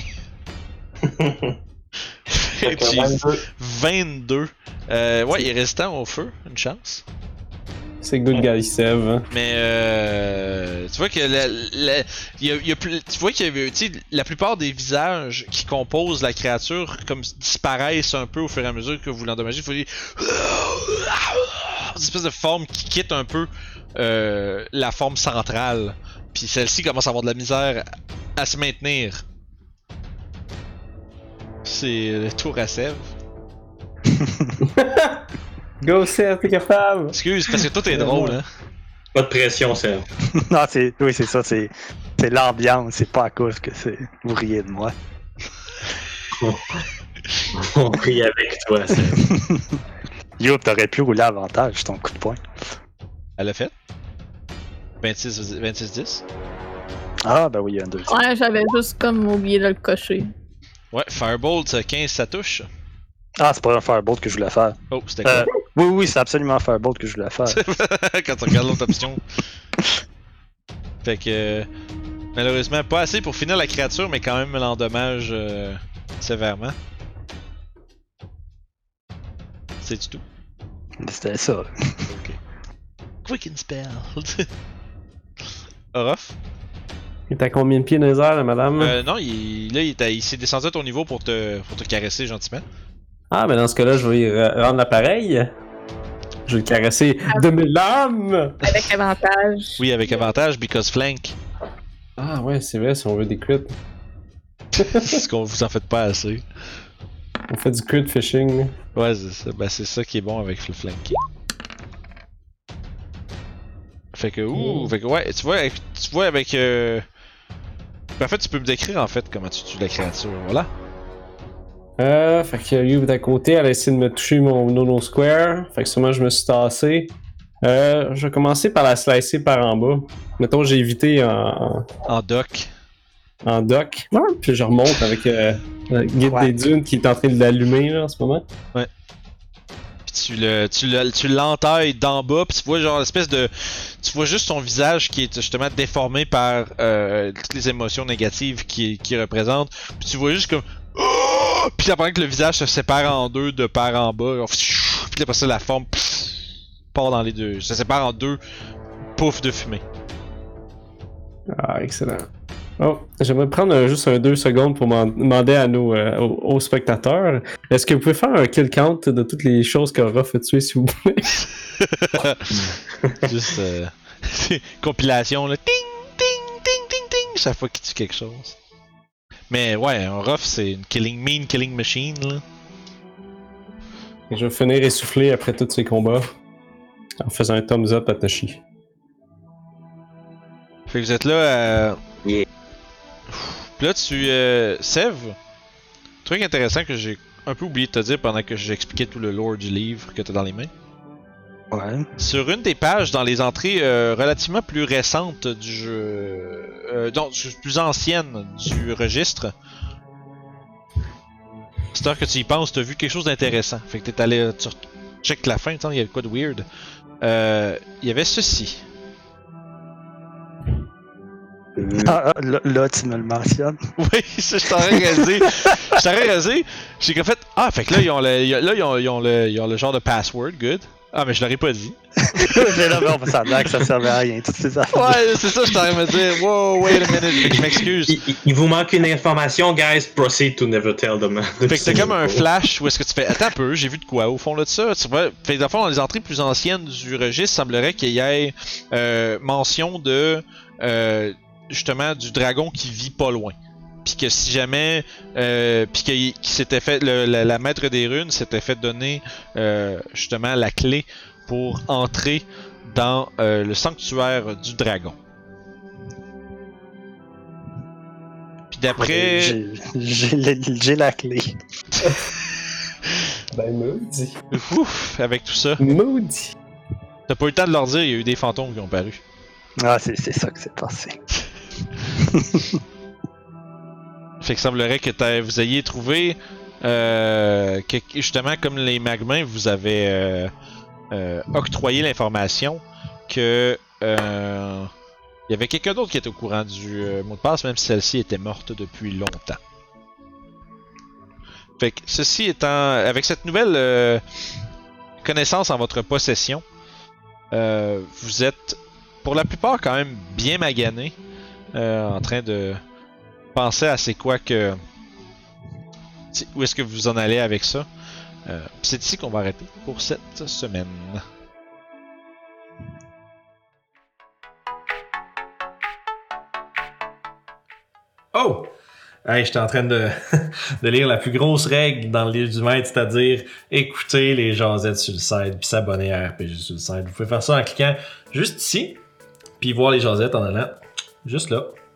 Et puis, 22. Ouais, il est résistant au feu, une chance. C'est good guy Sev. Hein. Mais tu vois que tu vois qu'il y a, tu sais, la plupart des visages qui composent la créature comme disparaissent un peu au fur et à mesure que vous l'endommagez. Vous voyez une espèce de forme qui quitte un peu la forme centrale. Puis celle-ci commence à avoir de la misère à se maintenir. C'est le tour à Sev. Go Sev, t'es capable! Excuse, parce que tout est drôle, hein. Pas de pression, Serge. Non, oui, c'est ça, c'est l'ambiance, c'est pas à cause que vous riez de moi. On rit avec toi, Serge. Yo, t'aurais pu rouler avantage ton coup de poing. Elle l'a fait. 26-10. Ah, ben oui, il y a un deuxième. Ouais, j'avais juste comme oublié de le cocher. Ouais, Firebolt 15, ça touche. Ah, c'est pas un Firebolt que je voulais faire. Oh, c'était quoi? Oui, c'est absolument un Firebolt que je voulais faire. Quand tu regardes l'autre option. Fait que. Malheureusement, pas assez pour finir la créature, mais quand même l'endommage sévèrement. C'est du tout. C'était ça. Ok. Quicken Spell. Orof? Il est à combien de pieds dans les airs, là, madame? Non, il s'est descendu à ton niveau pour te caresser gentiment. Ah, ben dans ce cas-là, je vais y rendre l'appareil. Je vais le caresser de mes lames! Avec avantage. Oui, avec avantage, because flank. Ah ouais, c'est vrai, si on veut des crits. Parce qu'on vous en fait pas assez. On fait du crit fishing. Ouais, c'est ça. Ben, c'est ça qui est bon avec le flanking. Fait que, fait que, ouais, tu vois avec. Ben, en fait, tu peux me décrire en fait comment tu tues la créature, voilà. Fait que You est à côté, elle a essayé de me toucher mon Nono Square. Fait que sûrement je me suis tassé. Je vais commencer par la slicer par en bas. Mettons, j'ai évité En dock. en dock. Ouais, puis je remonte avec le guide des dunes qui est en train de l'allumer là, en ce moment. Puis tu l'entailles d'en bas, puis tu vois genre l'espèce de. Tu vois juste son visage qui est justement déformé par toutes les émotions négatives qu'il représente. Puis tu vois juste comme. Puis pendant que le visage se sépare en deux de part en bas, puis après ça la forme part dans les deux. Ça sépare en deux poufs de fumée. Ah, excellent. Oh, j'aimerais prendre juste 2 secondes pour demander à aux spectateurs. Est-ce que vous pouvez faire un kill count de toutes les choses qu'Aura fait tuer, s'il vous plaît? Juste compilation là. Ting, ting, ting, ting, ting. Chaque fois qu'il tue quelque chose. Mais ouais, un rough, c'est une mean killing machine, là. Je vais finir essoufflé après tous ces combats en faisant un thumbs up à Toshi. Fait que vous êtes là Yeah. Puis là, Sev, truc intéressant que j'ai un peu oublié de te dire pendant que j'expliquais tout le lore du livre que t'as dans les mains. Ouais. Sur une des pages, dans les entrées relativement plus récentes du jeu, donc plus anciennes du registre, c'est-à-dire que tu y penses, t'as vu quelque chose d'intéressant. Fait que t'es allé, tu check la fin, il y avait quoi de weird. Il y avait ceci. Là, tu me le mentionnes. Oui, ça, je t'aurais réalisé. J'ai comme fait, ah, fait que là, ils ont le genre de password, good. Ah, mais je l'aurais pas dit. Mais là, on ça que ça servait à rien, toutes ces affaires. Ouais, c'est ça, je t'aurais me dire, wow, wait a minute, fait que je m'excuse. Il vous manque une information, guys. Proceed to never tell them. Fait que t'as comme un flash où est-ce que tu fais, attends un peu, j'ai vu de quoi au fond là de ça. Tu vois, fait que dans le fond, dans les entrées plus anciennes du registre, semblerait qu'il y ait mention de justement du dragon qui vit pas loin. Puis que si jamais, puis qu'il s'était fait, la maître des runes s'était fait donner justement la clé pour entrer dans le sanctuaire du dragon. Puis d'après, J'ai la clé. Ben, maudit. Ouf, avec tout ça. Maudit. T'as pas eu le temps de leur dire, il y a eu des fantômes qui ont paru. Ah, c'est ça que c'est passé. Fait que semblerait que vous ayez trouvé, justement, comme les magmains, vous avez octroyé l'information que il y avait quelqu'un d'autre qui était au courant du mot de passe, même si celle-ci était morte depuis longtemps. Fait que ceci étant, avec cette nouvelle connaissance en votre possession, vous êtes pour la plupart quand même bien maganés, en train de penser à c'est quoi que... Où est-ce que vous en allez avec ça? C'est ici qu'on va arrêter pour cette semaine. Oh! Hey, j'étais en train de, de lire la plus grosse règle dans le livre du maître, c'est-à-dire écouter les jasettes sur le site puis s'abonner à RPG sur le site. Vous pouvez faire ça en cliquant juste ici, puis voir les jasettes en allant juste là.